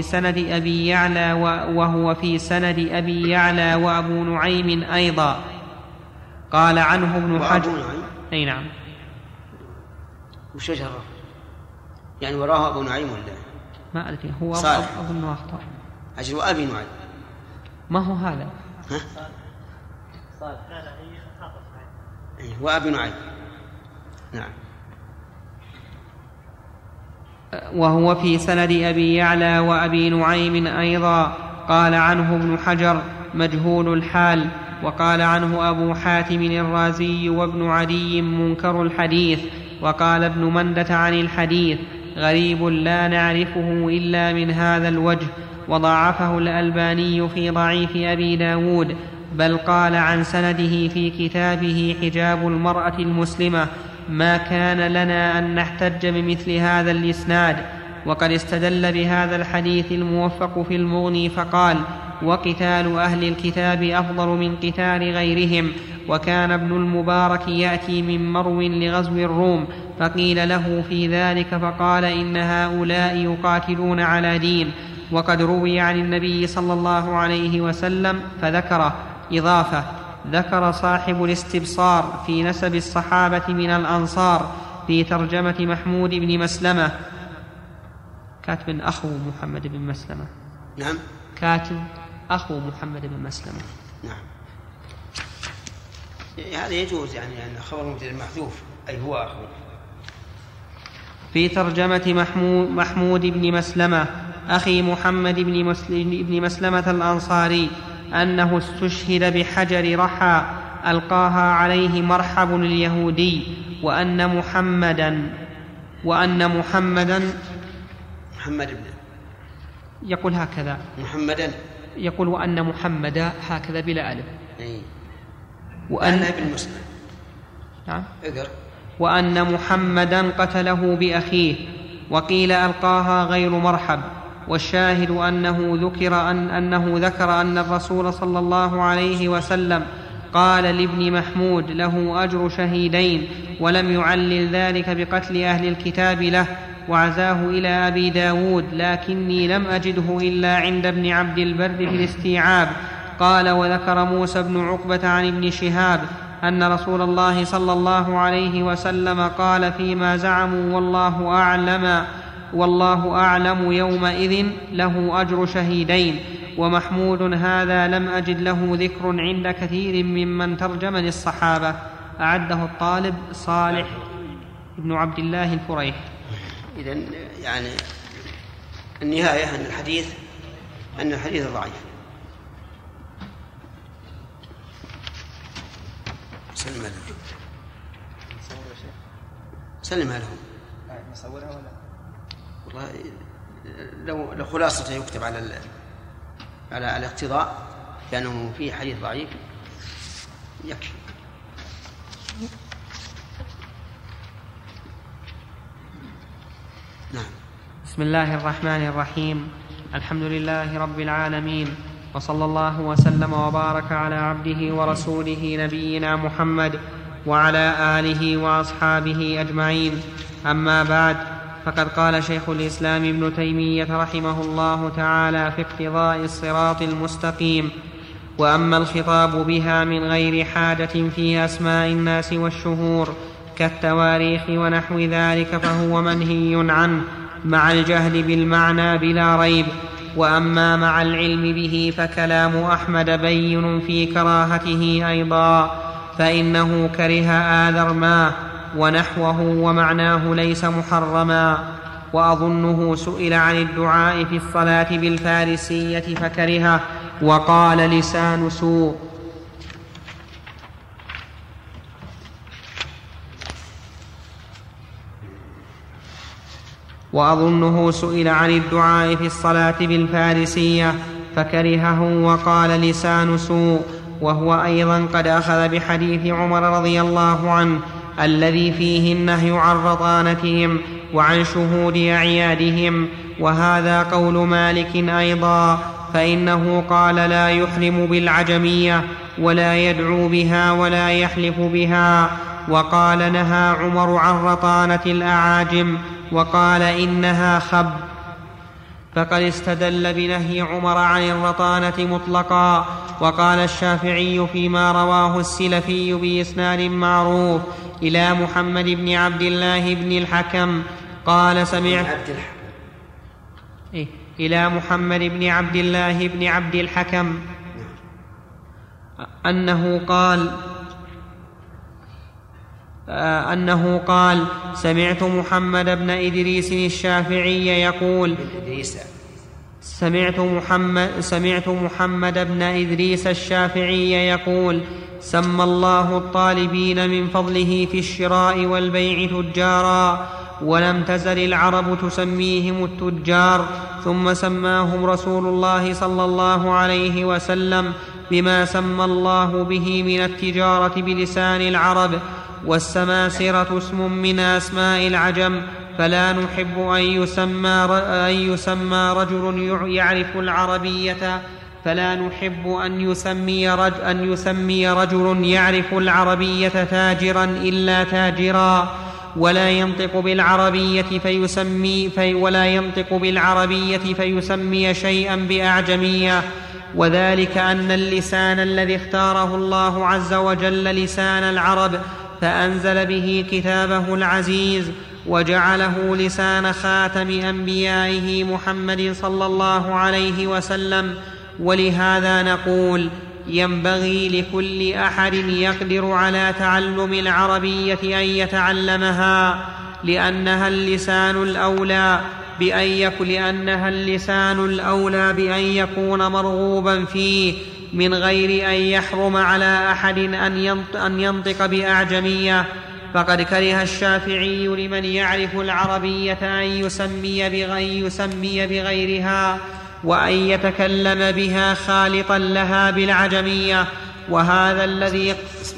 Speaker 1: سند أبي يعلى وأبو نعيم أيضا. قال عنه ابن حجر. أي نعم.
Speaker 2: وش شجره؟ يعني وراه أبو نعيم ولا
Speaker 1: ما أدري، هو أظن أخطأ.
Speaker 2: أجل أبي نعيم
Speaker 1: ما هو هذا؟
Speaker 3: صالح.
Speaker 2: وأبي نعيم. نعم.
Speaker 1: وهو في سند أبي يعلى وأبي نعيم أيضا. قال عنه ابن حجر مجهول الحال. وقال عنه أبو حاتم الرازي وابن عدي منكر الحديث. وقال ابن مندة عن الحديث غريب لا نعرفه إلا من هذا الوجه، وضعفه الألباني في ضعيف أبي داود، بل قال عن سنده في كتابه حجاب المرأة المسلمة: ما كان لنا أن نحتج بمثل هذا الإسناد. وقد استدل بهذا الحديث الموفق في المغني فقال: وقتال أهل الكتاب أفضل من قتال غيرهم. وكان ابن المبارك يأتي من مرو لغزو الروم، فقيل له في ذلك فقال: إن هؤلاء يقاتلون على دين. وقد روي عن النبي صلى الله عليه وسلم فذكره. إضافة: ذكر صاحب الاستبصار في نسب الصحابة من الأنصار في ترجمة محمود بن مسلمة. كاتب أخو محمد بن مسلمة.
Speaker 2: نعم.
Speaker 1: كاتب أخو محمد بن مسلمة.
Speaker 2: نعم. هذا يجوز، يعني خبر مبتدأ محذوف، أي هو أخو.
Speaker 1: في ترجمة محمود بن مسلمة أخي محمد بن مسلمة الأنصاري أنه استشهد بحجر رحى ألقاها عليه مرحب اليهودي، وأن محمدا
Speaker 12: محمد بن
Speaker 1: يقول هكذا
Speaker 12: محمدا،
Speaker 1: يقول وأن محمدا هكذا بلا ألف،
Speaker 12: وأن ابن مسلم.
Speaker 1: نعم.
Speaker 12: اقرأ.
Speaker 1: وأن محمدا قتله بأخيه، وقيل ألقاها غير مرحب. والشاهد أنه ذكر أن الرسول صلى الله عليه وسلم قال لابن محمود له أجر شهيدين، ولم يعلل ذلك بقتل أهل الكتاب له، وعزاه إلى أبي داود، لكني لم أجده إلا عند ابن عبد البر في الاستيعاب. قال وذكر موسى بن عقبة عن ابن شهاب أن رسول الله صلى الله عليه وسلم قال فيما زعموا والله أعلم يومئذ له أجر شهيدين. ومحمود هذا لم أجد له ذكر عند كثير ممن ترجم للصحابة. أعده الطالب صالح بن عبد الله الفريح.
Speaker 12: إذن يعني النهاية أن الحديث ضعيف. سلمها لهم.
Speaker 10: نصورها ولا؟
Speaker 12: والله لو خلاصة يكتب على الاقتضاء لأنه فيه حديث ضعيف يكفي. نعم.
Speaker 1: بسم الله الرحمن الرحيم. الحمد لله رب العالمين، وصلى الله وسلم وبارك على عبده ورسوله نبينا محمد وعلى آله وأصحابه أجمعين. أما بعد، فقد قال شيخ الإسلام ابن تيمية رحمه الله تعالى في اقتضاء الصراط المستقيم: وأما الخطاب بها من غير حاجة في أسماء الناس والشهور كالتواريخ ونحو ذلك فهو منهي عنه مع الجهل بالمعنى بلا ريب. وأما مع العلم به فكلام أحمد بين في كراهته أيضا، فإنه كره آذر ما ونحوه ومعناه ليس محرما. وأظنه سئل عن الدعاء في الصلاة بالفارسية فكرهه وقال لسان سوء. وأظنه سئل عن الدعاء في الصلاة بالفارسية فكرهه وقال لسان سوء. وهو أيضا قد أخذ بحديث عمر رضي الله عنه الذي فيه النهي عن رطانتهم وعن شهود أعيادهم، وهذا قول مالك أيضا، فإنه قال لا يحرم بالعجمية ولا يدعو بها ولا يحلف بها. وقال نهى عمر عن رطانة الأعاجم وقال إنها خب. فقد استدل بنهي عمر عن الرطانة مطلقا. وقال الشافعي فيما رواه السلفي بإسناد معروف إلى محمد بن عبد الله بن الحكم قال إلى محمد بن عبد الله بن عبد الحكم أنه قال سمعت محمد بن إدريس الشافعي يقول سمعت محمد بن إدريس الشافعي يقول سمى الله الطالبين من فضله في الشراء والبيع تجارا، ولم تزل العرب تسميهم التجار، ثم سماهم رسول الله صلى الله عليه وسلم بما سمى الله به من التجارة بلسان العرب. والسماسرة اسم من أسماء العجم، فلا نحب أن يسمى رجل يعرف العربية تاجرا إلا تاجرا، ولا ينطق بالعربية فيسمي شيئا بأعجمية. وذلك أن اللسان الذي اختاره الله عز وجل لسان العرب، فأنزل به كتابه العزيز وجعله لسان خاتم أنبيائه محمد صلى الله عليه وسلم. ولهذا نقول ينبغي لكل أحد يقدر على تعلم العربية أن يتعلمها، لأنها اللسان الأولى لأنها اللسان الأولى بأن يكون مرغوبا فيه من غير أن يحرم على أحد أن ينطق بأعجمية. فقد كره الشافعي لمن يعرف العربية أن يسمي بغيرها وأن يتكلم بها خالطا لها بالعجمية، وهذا الذي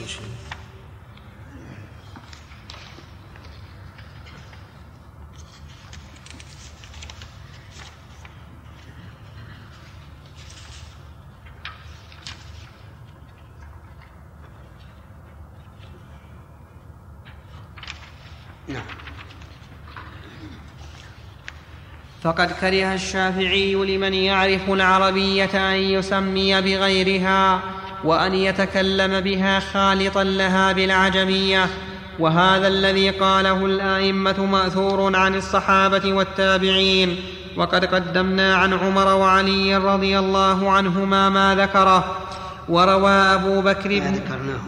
Speaker 1: فقد كره الشافعي لمن يعرف العربية أن يسمي بغيرها وأن يتكلم بها خالطا لها بالعجمية، وهذا الذي قاله الآئمة مأثور عن الصحابة والتابعين. وقد قدمنا عن عمر وعلي رضي الله عنهما ما ذكره. وروى أبو بكر بن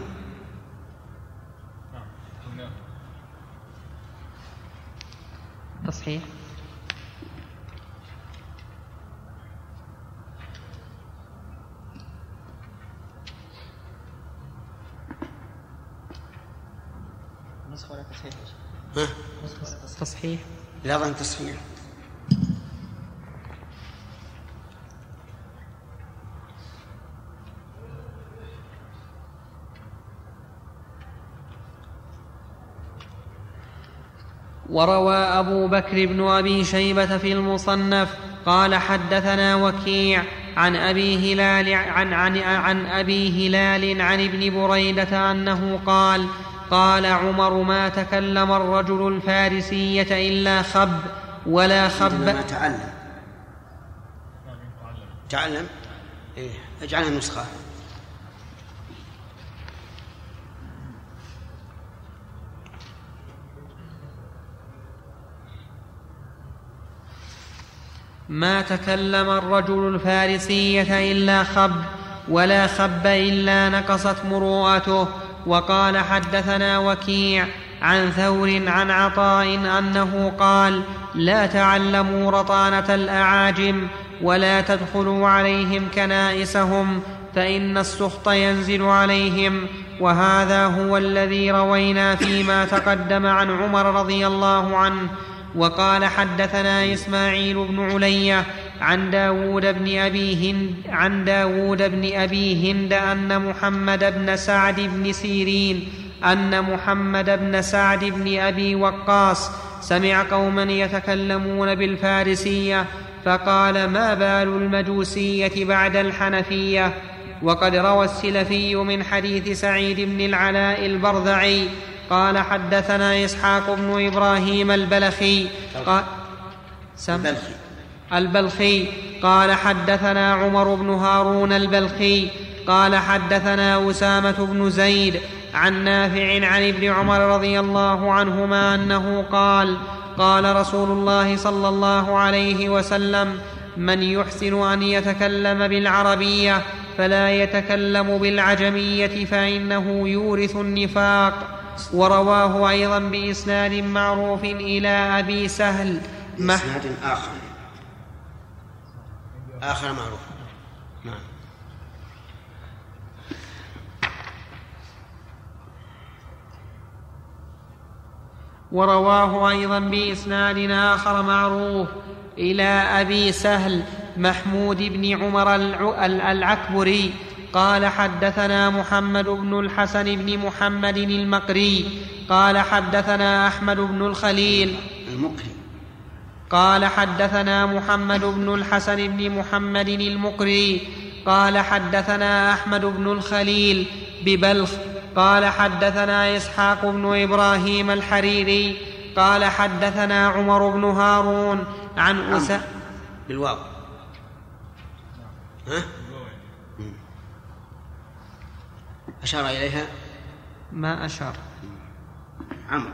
Speaker 1: تصحيح
Speaker 10: نسخ ولا تصحيح؟
Speaker 1: تصحيح
Speaker 12: لا ظن تصحيح.
Speaker 1: وروى أبو بكر بن أبي شيبة في المصنف قال حدثنا وكيع عن أبي هلال عن ابن بريدة أنه قال قال عمر ما تكلم الرجل الفارسية إلا خب ولا خب.
Speaker 12: تعلم إيه اجعلها نسخة.
Speaker 1: ما تكلم الرجل الفارسية إلا خب ولا خب إلا نقصت مروءته. وقال حدثنا وكيع عن ثور عن عطاء أنه قال لا تعلموا رطانة الأعاجم ولا تدخلوا عليهم كنائسهم فإن السخط ينزل عليهم. وهذا هو الذي روينا فيما تقدم عن عمر رضي الله عنه. وقال حدثنا إسماعيل بن علية عن داود بن أبي هند أن محمد بن سعد بن أبي وقاص سمع قوما يتكلمون بالفارسية فقال ما بال المجوسية بعد الحنفية. وقد روى السلفي من حديث سعيد بن العلاء البرذعي قال حدثنا إسحاق بن إبراهيم البلخي قال حدثنا عمر بن هارون البلخي قال حدثنا أسامة بن زيد عن نافع عن ابن عمر رضي الله عنهما أنه قال قال رسول الله صلى الله عليه وسلم من يحسن أن يتكلم بالعربية فلا يتكلم بالعجمية فإنه يورث النفاق. ورواه أيضا بإسناد معروف إلى أبي سهل
Speaker 12: بإسناد آخر معروف. نعم.
Speaker 1: ورواه أيضا بإسناد آخر معروف إلى أبي سهل محمود بن عمر العكبري قال حدثنا محمد بن الحسن بن محمد المقري قال حدثنا أحمد بن الخليل قال حدثنا محمد بن الحسن بن محمد المقري قال حدثنا أحمد بن الخليل ببلخ قال حدثنا إسحاق بن إبراهيم الحريري قال حدثنا عمر بن هارون عن
Speaker 12: بالواو أشار إليها
Speaker 1: ما أشار
Speaker 12: عمرو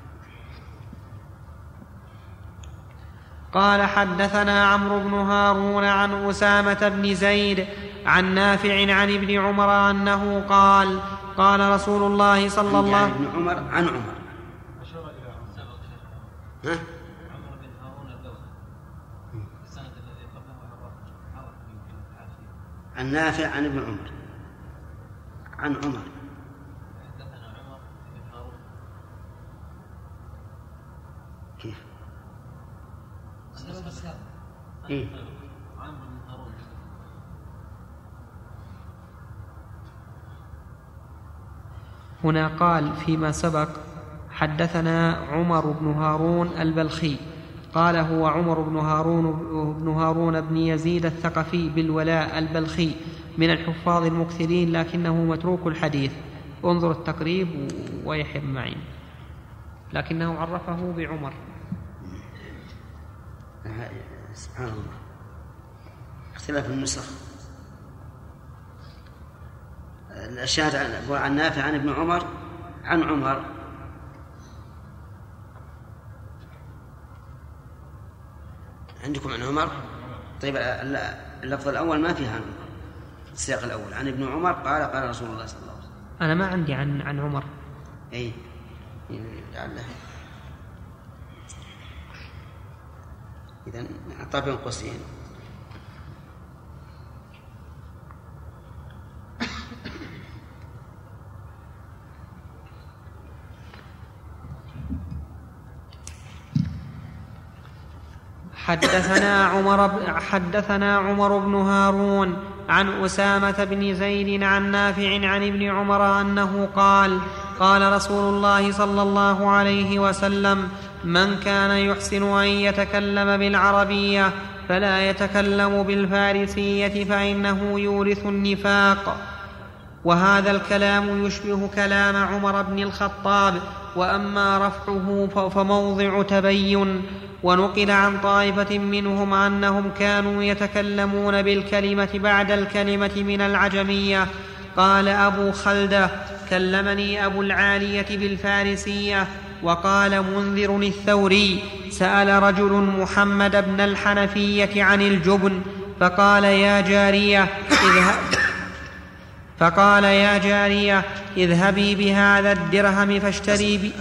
Speaker 1: قال حدثنا عمرو بن هارون عن أسامة بن زيد عن نافع عن ابن عمر أنه قال قال رسول الله صلى الله عليه وسلم
Speaker 12: ابن عمر عن عمر عن نافع عن ابن عمر عن عمر.
Speaker 7: حدثنا عمر بن هارون.
Speaker 12: كيف؟
Speaker 7: إيه؟ عمرو بن هارون.
Speaker 1: هنا قال فيما سبق حدثنا عمر بن هارون البلخي، قال هو عمر بن هارون بن يزيد الثقفي بالولاء البلخي من الحفاظ المكثرين لكنه متروك الحديث. انظر التقريب ويحب معين، لكنه عرفه بعمر.
Speaker 12: سبحان الله، اختلاف النسخ. الشاهد عن نافع عن ابن عمر عن عمر. عندكم عن عمر؟ طيب اللفظ الأول ما فيها عن عمر، السياق الأول عن ابن عمر قال قال رسول الله صلى الله عليه وسلم.
Speaker 1: أنا ما عندي عن عمر.
Speaker 12: أي لعله إذن أعطى بين قوسين.
Speaker 1: حدثنا عمر بن هارون عن أسامة بن زيد عن نافع عن ابن عمر أنه قال قال رسول الله صلى الله عليه وسلم: من كان يحسن أن يتكلم بالعربية فلا يتكلم بالفارسية فإنه يورث النفاق. وهذا الكلام يشبه كلام عمر بن الخطاب، وأما رفعه فموضع تبين. ونقل عن طائفة منهم أنهم كانوا يتكلمون بالكلمة بعد الكلمة من العجمية. قال أبو خلدة: كلمني أبو العالية بالفارسية. وقال منذر الثوري: سأل رجل محمد بن الحنفية عن الجبن فقال: يا جارية اذهبي بهذا الدرهم فاشتري بي.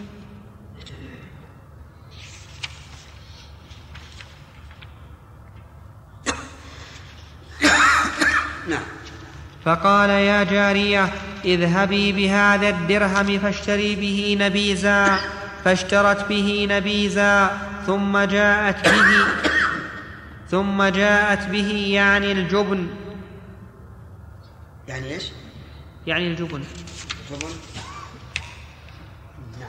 Speaker 1: فقال: يا جارية اذهبي بهذا الدرهم فاشتري به نبيزا. فاشترت به نبيزا ثم جاءت به يعني الجبن.
Speaker 12: يعني ايش؟
Speaker 1: يعني الجبن.
Speaker 12: نعم.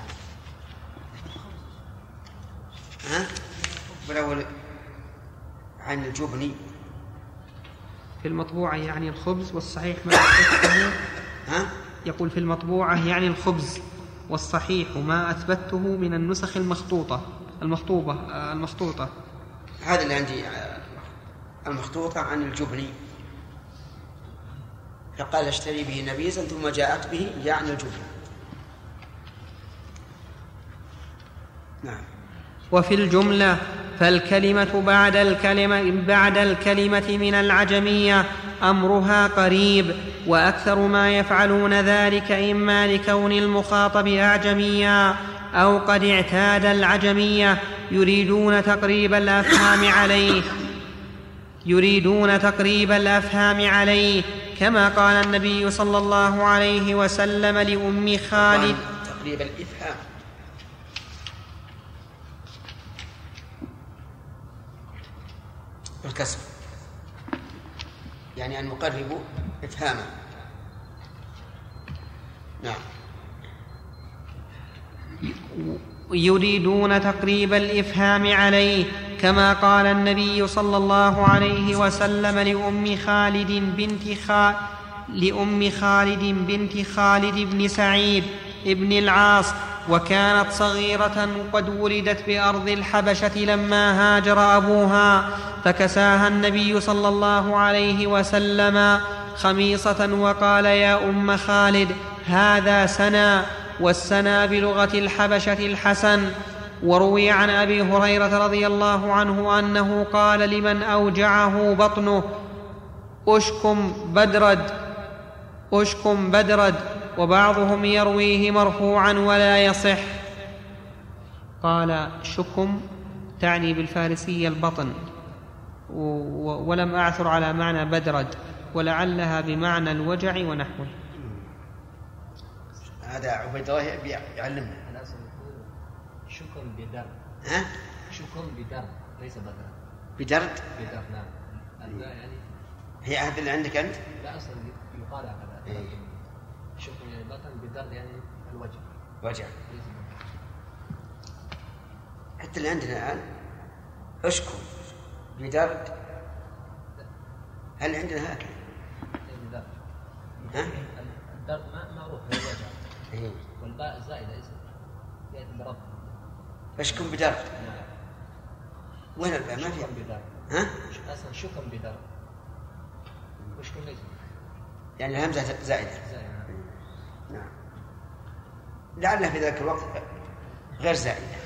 Speaker 12: ها؟ بالأول عن الجبن
Speaker 1: في المطبوعة يعني الخبز، والصحيح ما أثبته.
Speaker 12: ها؟
Speaker 1: يقول في المطبوعة يعني الخبز، والصحيح ما أثبته من النسخ المخطوطة.
Speaker 12: هذا اللي عندي المخطوطة عن الجبن. فقال: اشتري به نبيزا ثم جاءت به يعني الجبن. نعم.
Speaker 1: وفي الجملة فالكلمة بعد الكلمة من العجمية أمرها قريب، وأكثر ما يفعلون ذلك إما لكون المخاطب أعجميا أو قد اعتاد العجمية يريدون تقريب الأفهام عليه، كما قال النبي صلى الله عليه وسلم لأم خالد.
Speaker 12: تقريب الإفهام بالكسر، يعني أن نقرب إفهاما. نعم.
Speaker 1: يريدون تقريب الإفهام عليه، كما قال النبي صلى الله عليه وسلم لأم خالد بنت خالد بن سعيد ابن العاص، وكانت صغيرة قد ولدت بأرض الحبشة لما هاجر أبوها، فكساها النبي صلى الله عليه وسلم خميصة وقال: يا أم خالد هذا سنا، والسنا بلغة الحبشة الحسن. وروي عن أبي هريرة رضي الله عنه أنه قال لمن أوجعه بطنه: أشكم بدرد. وبعضهم يرويه مرفوعا ولا يصح. قال: شكم تعني بالفارسية البطن، ولم أعثر على معنى بدرد، ولعلها بمعنى الوجع ونحوه.
Speaker 12: هذا عبيد الله يعلمنا.
Speaker 7: شكر بدرد.
Speaker 12: ها؟
Speaker 7: شكر بدرد ليس بدرد.
Speaker 12: بدرد؟
Speaker 7: بدرد نعم. يعني
Speaker 12: هي هذا اللي عندك أنت؟
Speaker 7: لا أصلا يقال هكذا. شكر يعني بطن بدرد يعني الوجع.
Speaker 12: وجع. حتى اللي عندنا الآن أشكو بدرد. هل عندنا هكذا؟ ها؟
Speaker 7: الدرد معروف هو الوجع. والباء زائدة يأتي برد.
Speaker 12: أشكو بدرد. وين الباء؟ ما في. ها؟
Speaker 7: أصلا شكر بدرد. وشكر ليس.
Speaker 12: يعني الهمزة زائدة. نعم. لعلها في ذلك الوقت غير زائدة.